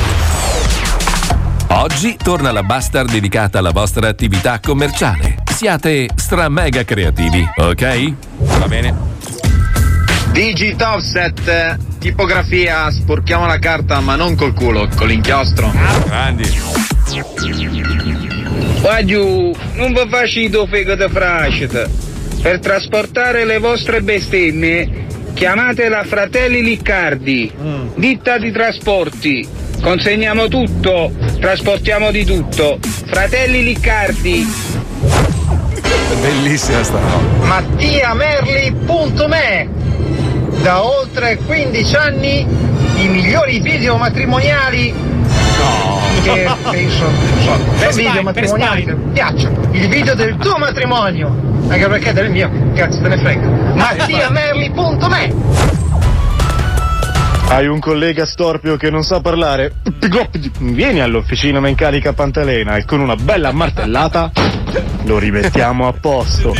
Oggi torna la Bastard dedicata alla vostra attività commerciale. Siate stra mega creativi, ok? Va bene. Digit offset, tipografia, sporchiamo la carta ma non col culo, con l'inchiostro. Grandi. Qua giù, non vi faccio fegato frascita. Per trasportare le vostre bestemmie, chiamate la Fratelli Liccardi, ditta di trasporti. Consegniamo tutto, trasportiamo di tutto. Fratelli Liccardi. Bellissima sta roba. Mattiamerli punto me. Da oltre quindici anni i migliori video matrimoniali. No. Che penso, so, Per video spy, matrimoniali per che mi piacciono. Il video del tuo matrimonio. Anche perché del mio, cazzo te ne frega. Mattiamerli punto me. Hai un collega storpio che non sa parlare? Vieni all'officina Mencarica Pantelena e con una bella martellata lo rimettiamo a posto.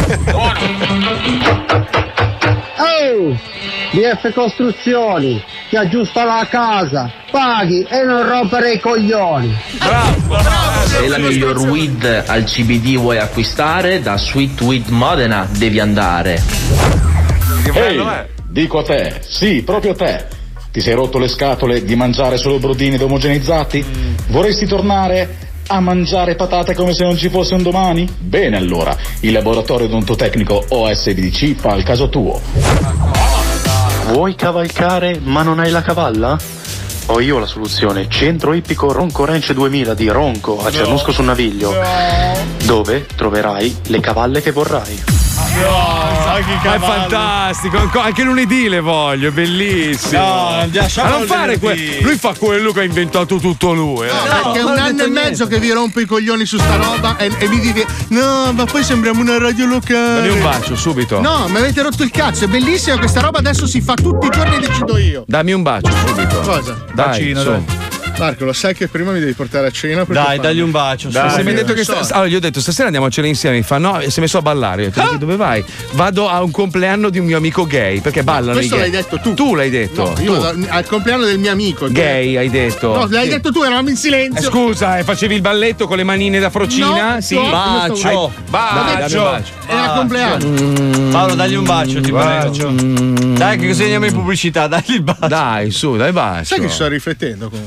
Oh, B F Costruzioni, ti aggiusta la casa, paghi e non rompere i coglioni. Se la miglior weed al C B D vuoi acquistare, da Sweet Weed Modena devi andare. Ehi, dico a te, sì, proprio a te. Ti sei rotto le scatole di mangiare solo brodini ed omogenizzati? Vorresti tornare a mangiare patate come se non ci fosse un domani? Bene allora, il laboratorio odontotecnico O S B D C fa il caso tuo. Vuoi cavalcare ma non hai la cavalla? Ho io la soluzione. Centro ippico Ronco Ranch duemila di Ronco a Cernusco sul Naviglio, dove troverai le cavalle che vorrai. No, è fantastico, anco- anche lunedì le voglio, è bellissimo. No, lasciamo Ma non il fare venerdì. que- lui fa quello che ha inventato tutto lui. eh. No, perché è un anno e mezzo che vi rompo i coglioni su sta roba e, e mi dite no, ma poi sembriamo una radio locale. Dammi un bacio subito. No, mi avete rotto il cazzo, è bellissima questa roba, adesso si fa tutti i giorni e decido io. Dammi un bacio subito. Cosa? Dai, Bacino, su. dai. Marco, lo sai che prima mi devi portare a cena? perché Dai, fa- dagli un bacio. Dai, se mi ha detto che so. sta- allora, gli ho detto stasera andiamo a cena insieme. Mi fa no, e si è messo a ballare. Io ho detto, dove vai? Vado a un compleanno di un mio amico gay. Perché ballano Questo i gay. l'hai detto tu. Tu l'hai detto. No, tu. io vado al compleanno del mio amico. che- Gay, hai detto. No, l'hai Sì. detto tu, eravamo in silenzio. Eh, scusa, eh, facevi il balletto con le manine da frocina? No, sì. no, io bacio. stavo- Hai- Bacio. Bacio. Dammi un bacio. Era compleanno. Paolo, dagli un bacio, ti Bacio. prego. Dai, che così andiamo in pubblicità, dagli il bacio. Dai, su, dai bacio. Sai che sto riflettendo comunque? Che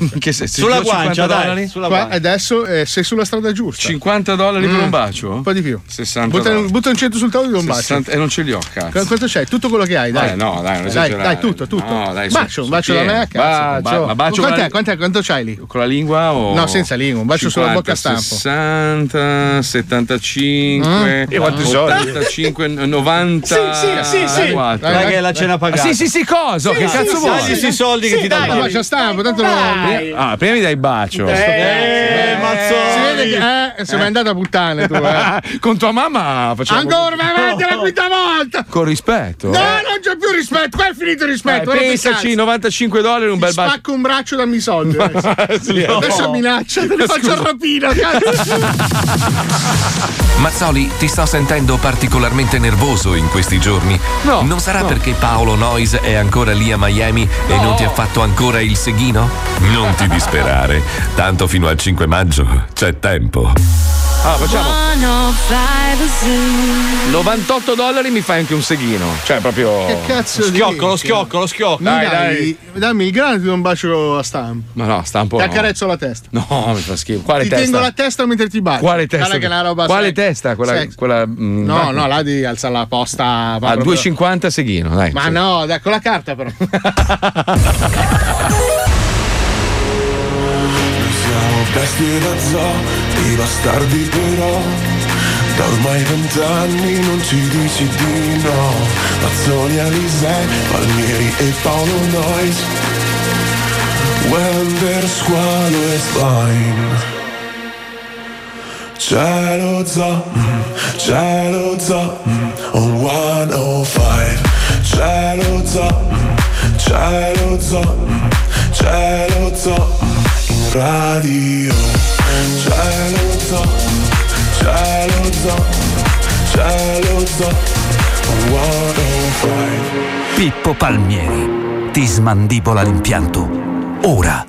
se ti Sulla do cinquanta guancia, dai, dollari? sulla Qua, guancia. adesso eh, sei sulla strada giusta. cinquanta dollari per Mm. un bacio? Un po' di più. sessanta Butta, dollari. butta un cento sul tavolo e do un bacio. sessanta E non ce li ho, cazzo. Qu- Quanto c'è? Tutto quello che hai, dai. Vabbè, no, dai, non dai, esagerare. dai, tutto, tutto. No, dai, su- bacio, un su bacio da pieno. me, cazzo. Bacio. Ma bacio con Quant'è? la- Quant'è? Quanto c'hai lì? Con la lingua o. No, senza lingua, un bacio sulla bocca a stampo. sessanta, settantacinque, Mm. E quanti soldi? ottantacinque, novanta. Sì, sì, sì, sì. quattro. Dai, che è la cena pagata. Ah, sì, sì, sì, cosa? Sì, che sì, cazzo sì, vuoi? sì, Dagli sì. i soldi che Sì, ti dai, danno. un bacio a stampo, tanto non. Ah, prima mi dai il bacio. Eh, Mazzoli. Si vede che eh, sei mai andata a puttane tu, eh. Con tua mamma facciamo. Ancora, vai avanti la quinta volta! Con rispetto. No, non c'è più rispetto, qua è finito il rispetto. Dai, ora pensaci, cazzo. novantacinque dollari un bel Ti bacio. spacco un braccio, dammi i soldi. Sì, no. Adesso minaccia, te ne faccio il rapino, cazzo. Mazzoli, ti sto sentendo particolarmente nervoso in questi giorni. No, non sarà no. perché Paolo Noyes è ancora lì a Miami e non ti ha fatto ancora il seghino? Non ti disperare, tanto fino al cinque maggio c'è tempo. Ah, facciamo novantotto dollari mi fai anche un seghino. Cioè, proprio. Che cazzo Schiocco, dici? lo schiocco, lo schiocco. Dai, Dai, dai, dammi il grano e ti do un bacio a stampo. Ma no, sta un po'. Ti no. accarezzo la testa. No, mi fa schifo. Quale Ti testa? tengo la testa mentre ti bacio. Quale testa? Guarda che è una roba Quale sex. testa? Quella. Sex. quella mm, No, va- no, là di alza la posta. A proprio- due e cinquanta seghino, dai. Ma sì. no, dai, con la carta però. Siamo bestie da zoo, i bastardi però. Da ormai vent'anni non ci dici di no. Mazzoni, Alisei, Palmieri e Paolo Noyes. When der squalo is fine. C'è lo zoo, mm, c'è lo zoo, mm, on centocinque. C'è lo zoo, mm, c'è lo zoo, mm, c'è lo zoo, mm, in radio. C'è lo zoo, mm, c'è lo zoo, c'è lo zoo, on centocinque. Pippo Palmieri ti smandibola l'impianto. Ora.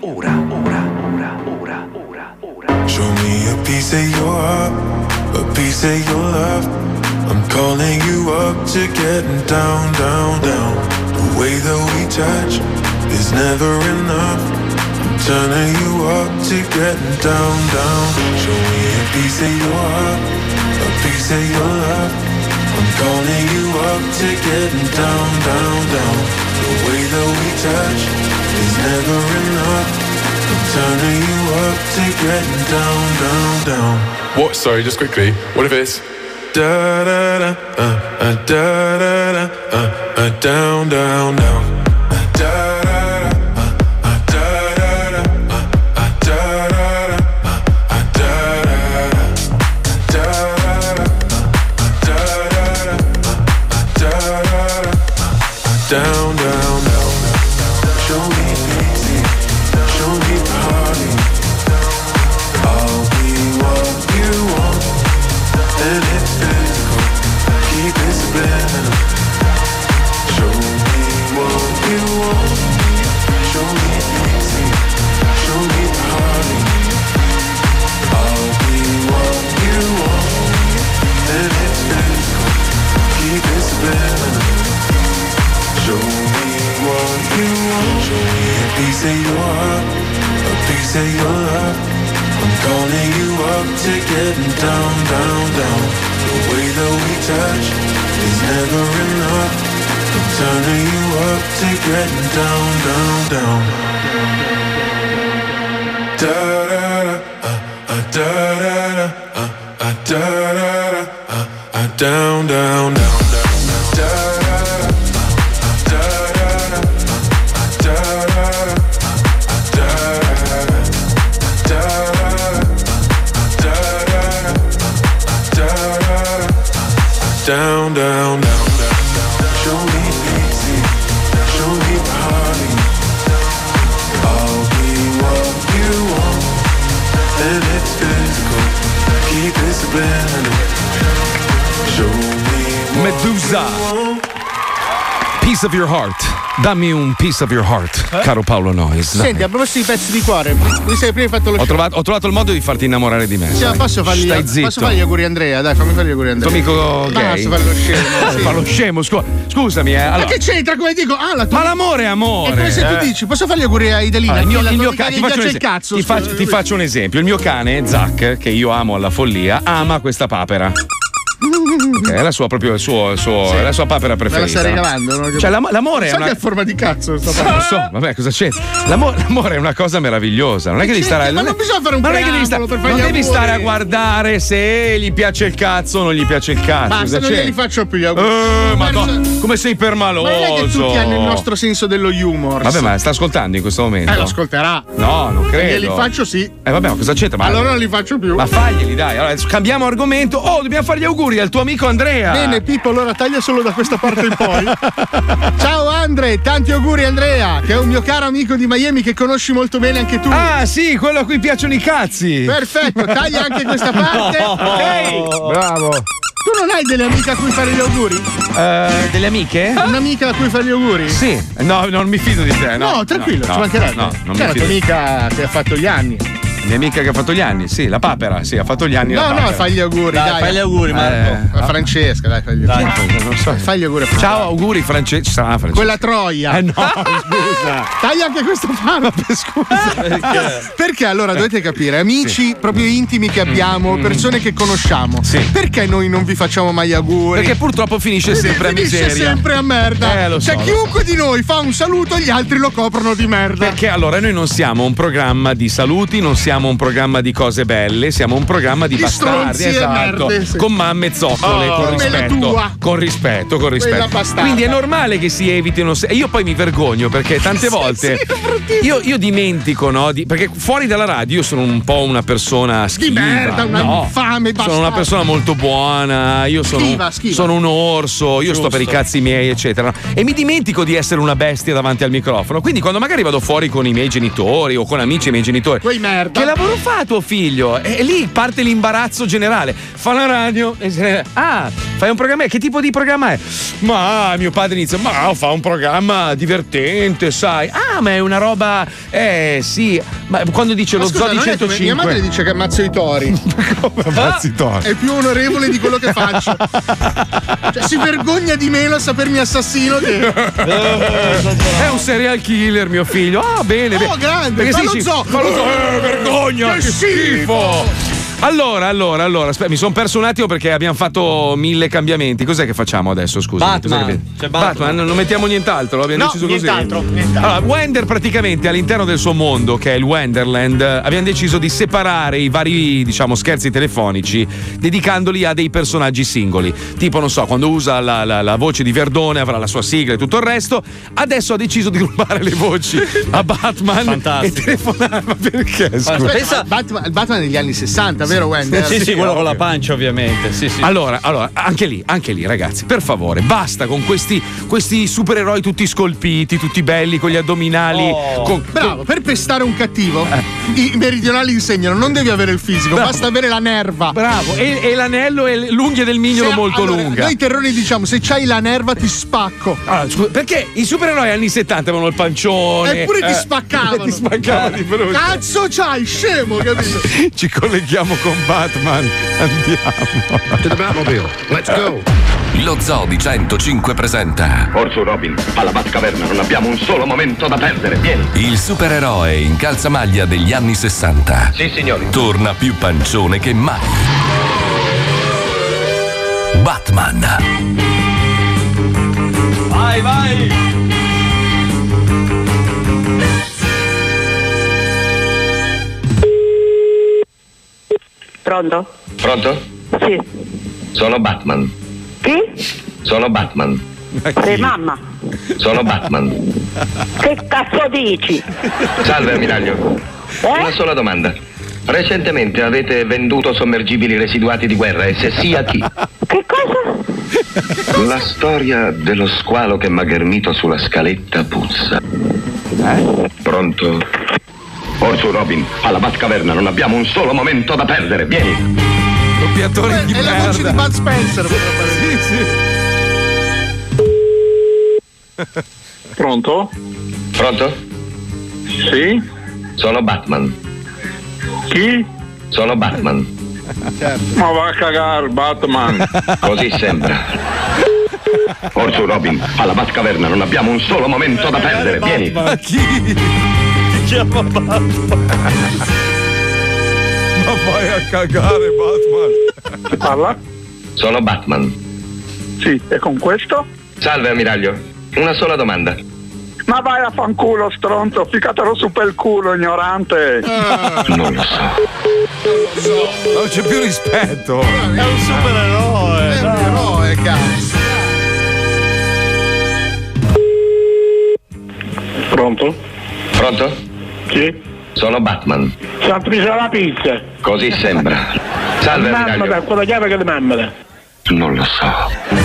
Show me a piece of your heart, a piece of your love. I'm calling you up to getting down, down, down. The way that we touch is never enough. I'm turning you up to getting down, down. Show me a piece of your heart, a piece of your love. I'm calling you up to getting down, down, down. The way that we touch is never enough. I'm turning you up to getting down, down, down. What? Sorry, just quickly. What if it's Da da da, uh, uh, da da da, uh, uh, down, down, down. Uh, da da da, uh, uh, da da da, uh, uh, da da da, uh, uh, da da da, da da da, uh, uh, da da da, uh, uh, da da da, uh, down, down, down. Show me easy, show me party. I'll be what you want, and it's physical. Keep it subliminal. Show me what you want. Show me easy, show me party. I'll be what you want, and it's physical. Keep it subliminal. Show me what you want. Show me a piece of your heart, a piece of your love. I'm calling you up to getting down, down, down. The way that we touch is never enough. I'm turning you up to getting down, down, down. Da da da, uh, uh, da da da, uh, uh, da da da, uh, uh, down, down, down, down, da da da. Down, down, down, down. Show me easy, show me party. I'll be what you want, and it's physical. Keep it subliminal. Show me what Medusa. you want. Piece of your heart. dammi un piece of your heart, Eh? caro Paolo Noyes. dai. Senti, a proposito di pezzi di cuore, mi sei prima fatto lo Ho show. trovato, ho trovato il modo di farti innamorare di me. Sì, ma dai. posso fargli, Stai posso zitto. fargli gli auguri a Andrea? Dai, fammi fare gli auguri a Andrea. Tuo amico gay? Basta fare lo scemo. sì. Fa lo scemo, scu- scusami, eh. Ma Allora, che c'entra come dico? Ah, la tua... Ma l'amore è amore. È come se tu Eh. dici, posso fare gli auguri a Idelina? Allora, il mio, che la il tua mio amica ca- gli ti, faccio un piace il esempio. cazzo. Ti, scusa. faccio, ti faccio un esempio. Il mio cane, Zac, che io amo alla follia, ama questa papera. Ok, è la sua proprio il suo, il suo- Sì. è la sua papera Me la preferita. stai regalando, no? Cioè, l'am- l'amore è Sai una. che è a forma di cazzo sta Non lo so, vabbè, cosa c'è? L'amore, l'amore è una cosa meravigliosa. Non è che devi stare. Ma non bisogna fare un ma non è che devi stare, preambolo per non fare gli devi auguri. stare a guardare se gli piace il cazzo o non gli piace il cazzo. Basta, cosa non c'è? glieli faccio più gli auguri. Eh, Ma Madonna, non- come sei permaloso. Ma non è che tutti hanno il nostro senso dello humor. Vabbè, ma sta ascoltando in questo momento? Eh, lo ascolterà. No, non credo. Glieli faccio sì. Eh, vabbè, ma cosa c'entra? Ma, Allora non li faccio più. ma faglieli, dai. Allora, adesso cambiamo argomento. Oh, dobbiamo fare gli auguri al tuo amico Andrea. Bene, Pippo, allora taglia solo da questa parte in poi. Ciao Andre, tanti auguri Andrea, che è un mio caro amico di Miami che conosci molto bene anche tu. Ah, sì, quello a cui piacciono i cazzi. Perfetto, taglia anche questa parte. Ehi, Bravo. tu non hai delle amiche a cui fare gli auguri? Eh, delle amiche? Un'amica a cui fare gli auguri? Sì, no, non mi fido di te. No, No, tranquillo, no, ci mancherebbe. No, non C'è mi la tua fido. amica che ha fatto gli anni. Mia amica che ha fatto gli anni, sì, la papera, sì, ha fatto gli anni. la No, no, papera. fai gli auguri, dai. Dai, fai gli auguri, Marco. A Francesca, dai, fai gli Dai, auguri. non so. Fai gli auguri a Ciao, auguri Francesco. Ci sarà Francesco. Quella troia. Eh no, scusa. Taglia anche questa parte. Scusa. Perché? Perché allora dovete capire, amici proprio intimi che abbiamo, persone che conosciamo. Sì. Perché noi non vi facciamo mai gli auguri? Perché purtroppo finisce sempre a Finisce miseria. sempre a merda. Eh, lo so. Cioè, chiunque di noi fa un saluto, gli altri lo coprono di merda. Perché allora noi non siamo un programma di saluti, non siamo un programma di cose belle, siamo un programma di, Di bastardi, stronzi e esatto, merde, sì. con mamme zoccole, Oh. con Come la rispetto, tua. con rispetto, con Quella rispetto. bastarda. Quindi è normale che si evitino. se- E io poi mi vergogno perché tante volte sì, è bruttissimo. io, io dimentico, no? Di- perché fuori dalla radio io sono un po' una persona schiva. merda, una no. infame Sono bastarda. una persona molto buona, io sono, Schiva, schiva. sono un orso, io sto per i cazzi miei, eccetera. E mi dimentico di essere una bestia davanti al microfono. Quindi quando magari vado fuori con i miei genitori o con amici dei miei genitori, Quei merda. che lavoro fa tuo figlio? E lì parte l'imbarazzo generale. Fa la radio e se ne- ah, fai un programma? Che tipo di programma è? Ma mio padre inizia, ma fa un programma divertente, sai. Ah, ma è una roba. Eh sì. Ma quando dice Ma lo scusa, zoo di non è come- centocinque. mia madre dice che ammazzo i tori. È più onorevole di quello che faccio. Cioè, si vergogna di meno a sapermi assassino che. È un serial killer, mio figlio. Ah, bene, bene. Oh, grande, Perché fa si lo dice- zoo. fa lo zoo. Eh, vergogna, Che che schifo. Allora, allora, allora, aspetta, mi sono perso un attimo perché abbiamo fatto mille cambiamenti. Cos'è che facciamo adesso? Scusa. Batman. C'è Batman. non mettiamo nient'altro, l'abbiamo No, deciso nient'altro, così. nient'altro. Allora, Wender praticamente all'interno del suo mondo, che è il Wenderland, abbiamo deciso di separare i vari, diciamo, scherzi telefonici, dedicandoli a dei personaggi singoli. Tipo, non so, quando usa la, la- la voce di Verdone avrà la sua sigla e tutto il resto. Adesso ha deciso di rubare le voci a Batman Fantastico. e telefonare. Ma perché? Scusa. Aspetta, Pensa- il Batman, il Batman degli anni sessanta, vero Wender? Sì, sì, quello con la pancia, ovviamente. Sì, sì. Allora, allora, anche lì, anche lì, ragazzi, per favore, basta con questi, questi supereroi tutti scolpiti, tutti belli, con gli addominali. Oh. con- Bravo, per pestare un cattivo, i meridionali insegnano: non devi avere il fisico, Bravo. basta avere la nerva. Bravo, e, e l'anello e l'unghia del mignolo Se- molto allora, lunga. Noi terroni diciamo: se c'hai la nerva, ti spacco. Allora, scusa, perché i supereroi anni settanta avevano il pancione. Eppure ti eh, spaccavano. ti spaccavano di brutto. Cazzo c'hai, scemo, capito? Ci colleghiamo con Batman. Andiamo. To the Batmobile. Let's go. Lo Zoo di centocinque presenta Orso Robin, alla Batcaverna non abbiamo un solo momento da perdere. Vieni. il supereroe in calzamaglia degli anni sessanta. Sì, signori. Torna più pancione che mai. Batman. Vai, vai. Pronto? Pronto? Sì. Sono Batman. Chi? Sono Batman. Sei mamma. Sono Batman. Che cazzo dici? Salve, ammiraglio. Una Eh? sola domanda. Recentemente avete venduto sommergibili residuati di guerra e se sì a chi? Che cosa? La storia dello squalo che m'ha ghermito sulla scaletta puzza. Pronto? Orso Robin, alla Batcaverna non abbiamo un solo momento da perdere. Vieni. Doppiatore di È la merda. voce di Bud Spencer. Sì, sì. Pronto? Pronto? Sì? Sono Batman. Chi? Sono Batman. Ma va a cagare, Batman. Così sembra. Orso Robin, alla Batcaverna non abbiamo un solo momento da perdere. Vieni. Ma chi? Ti chiama Batman? Ma vai a cagare, Batman. Chi parla? Sono Batman. Sì, e con questo? Salve, ammiraglio. Una sola domanda. Ma vai a fanculo, stronzo, ficatelo su per il culo, ignorante. Ah. Non lo so. Non lo so. Non c'è più rispetto. È un supereroe. È un eroe, cazzo. Pronto? Pronto? Sì? Sono Batman. S'ha la pizza. Così sembra. Salve, ammiraglio. Mamma, quella chiave che le mammele. Non lo so.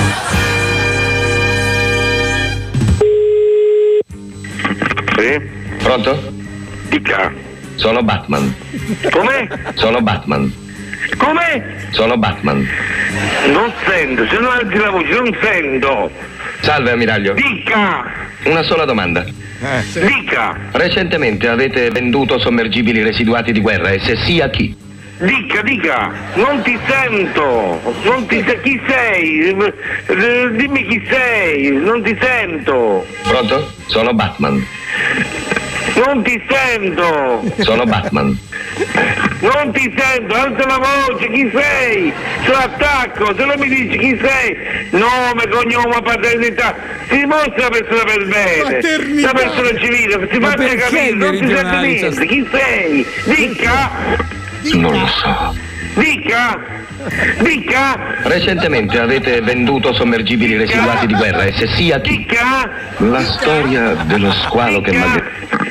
Sì? Pronto? Dica. Sono Batman. Com'è? Sono Batman. Come? Sono Batman. Non sento, se non alzi la voce, non sento. Salve, ammiraglio. Dica! Una sola domanda. Eh, sì. Dica! Recentemente avete venduto sommergibili residuati di guerra e se sì, a chi? Dica, dica! Non ti sento! Non ti se- chi sei? Eh, Dimmi chi sei! Non ti sento! Pronto? Sono Batman. Non ti sento! Sono Batman. Non ti sento! Alza la voce! Chi sei? Se l'attacco! Se non mi dici chi sei! Nome, cognome, paternità! Si dimostra la persona per bene! Paternità. La persona civile! Si Ma faccia perché capire! Non ti sente meridionali? niente! Chi sei? Dica! Non lo so. Dica! Dica! Recentemente avete venduto sommergibili residuati di guerra e se sì, a chi? Dica! La storia dello squalo che magari...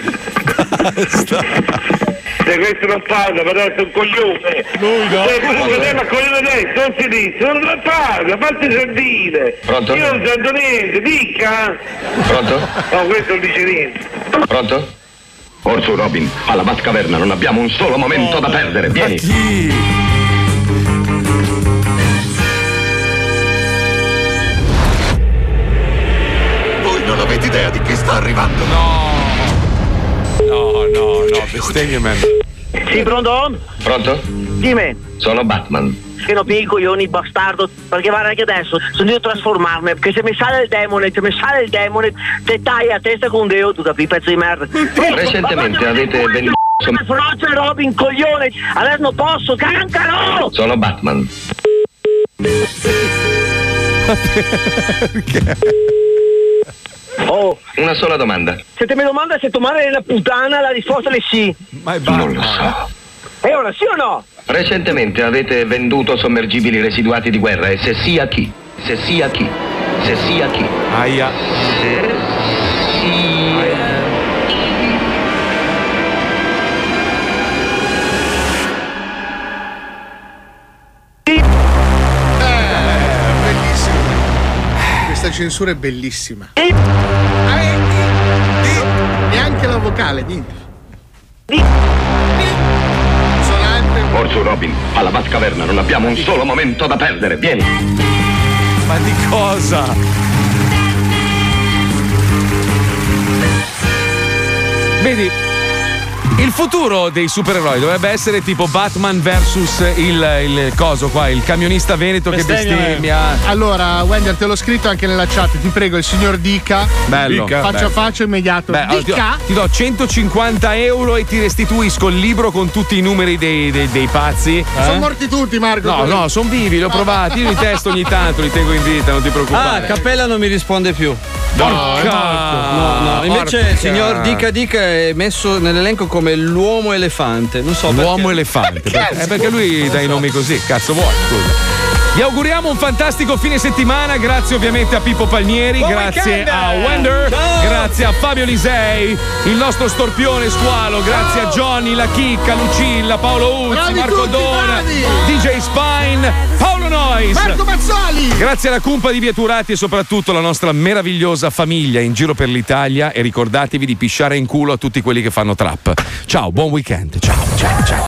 Se questo non parla, ma adesso è un coglione! Lui no! Se questo è la coglione adesso, non si dice, non lo parla, fatti sentire! Pronto? Io non sento niente, dica! Pronto? No, questo non dice niente! Pronto? Orso Robin, alla Batcaverna non abbiamo un solo momento da perdere. Vieni. Ma chi? Voi non avete idea di chi sta arrivando. No! No, no, no, bestemmia man. Sì, pronto? Pronto? Dimmi. Sono Batman. Che non mi coglioni, bastardo. Perché guarda che adesso sono io a trasformarmi. Perché se mi sale il demone, se mi sale il demone, te tagli a testa con Dio, tu capi, pezzo di merda. Recentemente avete venduto... Froce Robin, coglione. Adesso non posso, cancaro! Sono Batman. Perché? Oh, Una sola domanda. se te mi domanda se tua madre è una puttana, la risposta è sì. Ma è Non lo so. E ora sì o no? Recentemente avete venduto sommergibili residuati di guerra e se sì, a chi? Se sì, a chi? Se sì, a chi? Aia. Se sì... Questa censura è bellissima. Ah, eh, di, di, neanche la vocale, niente. Sonante. Orso Robin, alla Batcaverna non abbiamo un solo momento da perdere. Vieni. Ma di cosa? Vedi, il futuro dei supereroi dovrebbe essere tipo Batman versus il, il coso qua, il camionista veneto che bestemmia. Allora, Wender, te l'ho scritto anche nella chat. Ti prego, il signor Dica. Bello. Dica. Faccia Bello. a faccia immediato. Beh, allora, ti, Dica. do, ti do centocinquanta euro e ti restituisco il libro con tutti i numeri dei, dei, dei pazzi. Sono Eh? morti tutti, Marco. No, quelli. no, sono vivi, li ho provati. Io li testo ogni tanto, li tengo in vita, non ti Ah, preoccupare. Cappella non mi risponde più. Porca- No, no, invece porca- il signor Dica Dica è messo nell'elenco come l'uomo elefante. Non so L'uomo perché. elefante. Perché, eh, perché lui dà i nomi così, cazzo vuoi, scusa. Vi auguriamo un fantastico fine settimana, grazie ovviamente a Pippo Palmieri, Buon grazie weekend! a Wender, Ciao! grazie a Fabio Lisei, il nostro storpione squalo, grazie a Johnny, la Chicca, Lucilla, Paolo Uzzi, Bravi Marco tutti, Dona, bravi! D J Spine, Paolo Nois. Marco Mazzoli. Grazie alla Cumpa di Via Turati e soprattutto alla nostra meravigliosa famiglia in giro per l'Italia e ricordatevi di pisciare in culo a tutti quelli che fanno trap. Ciao, buon weekend. Ciao, ciao, ciao.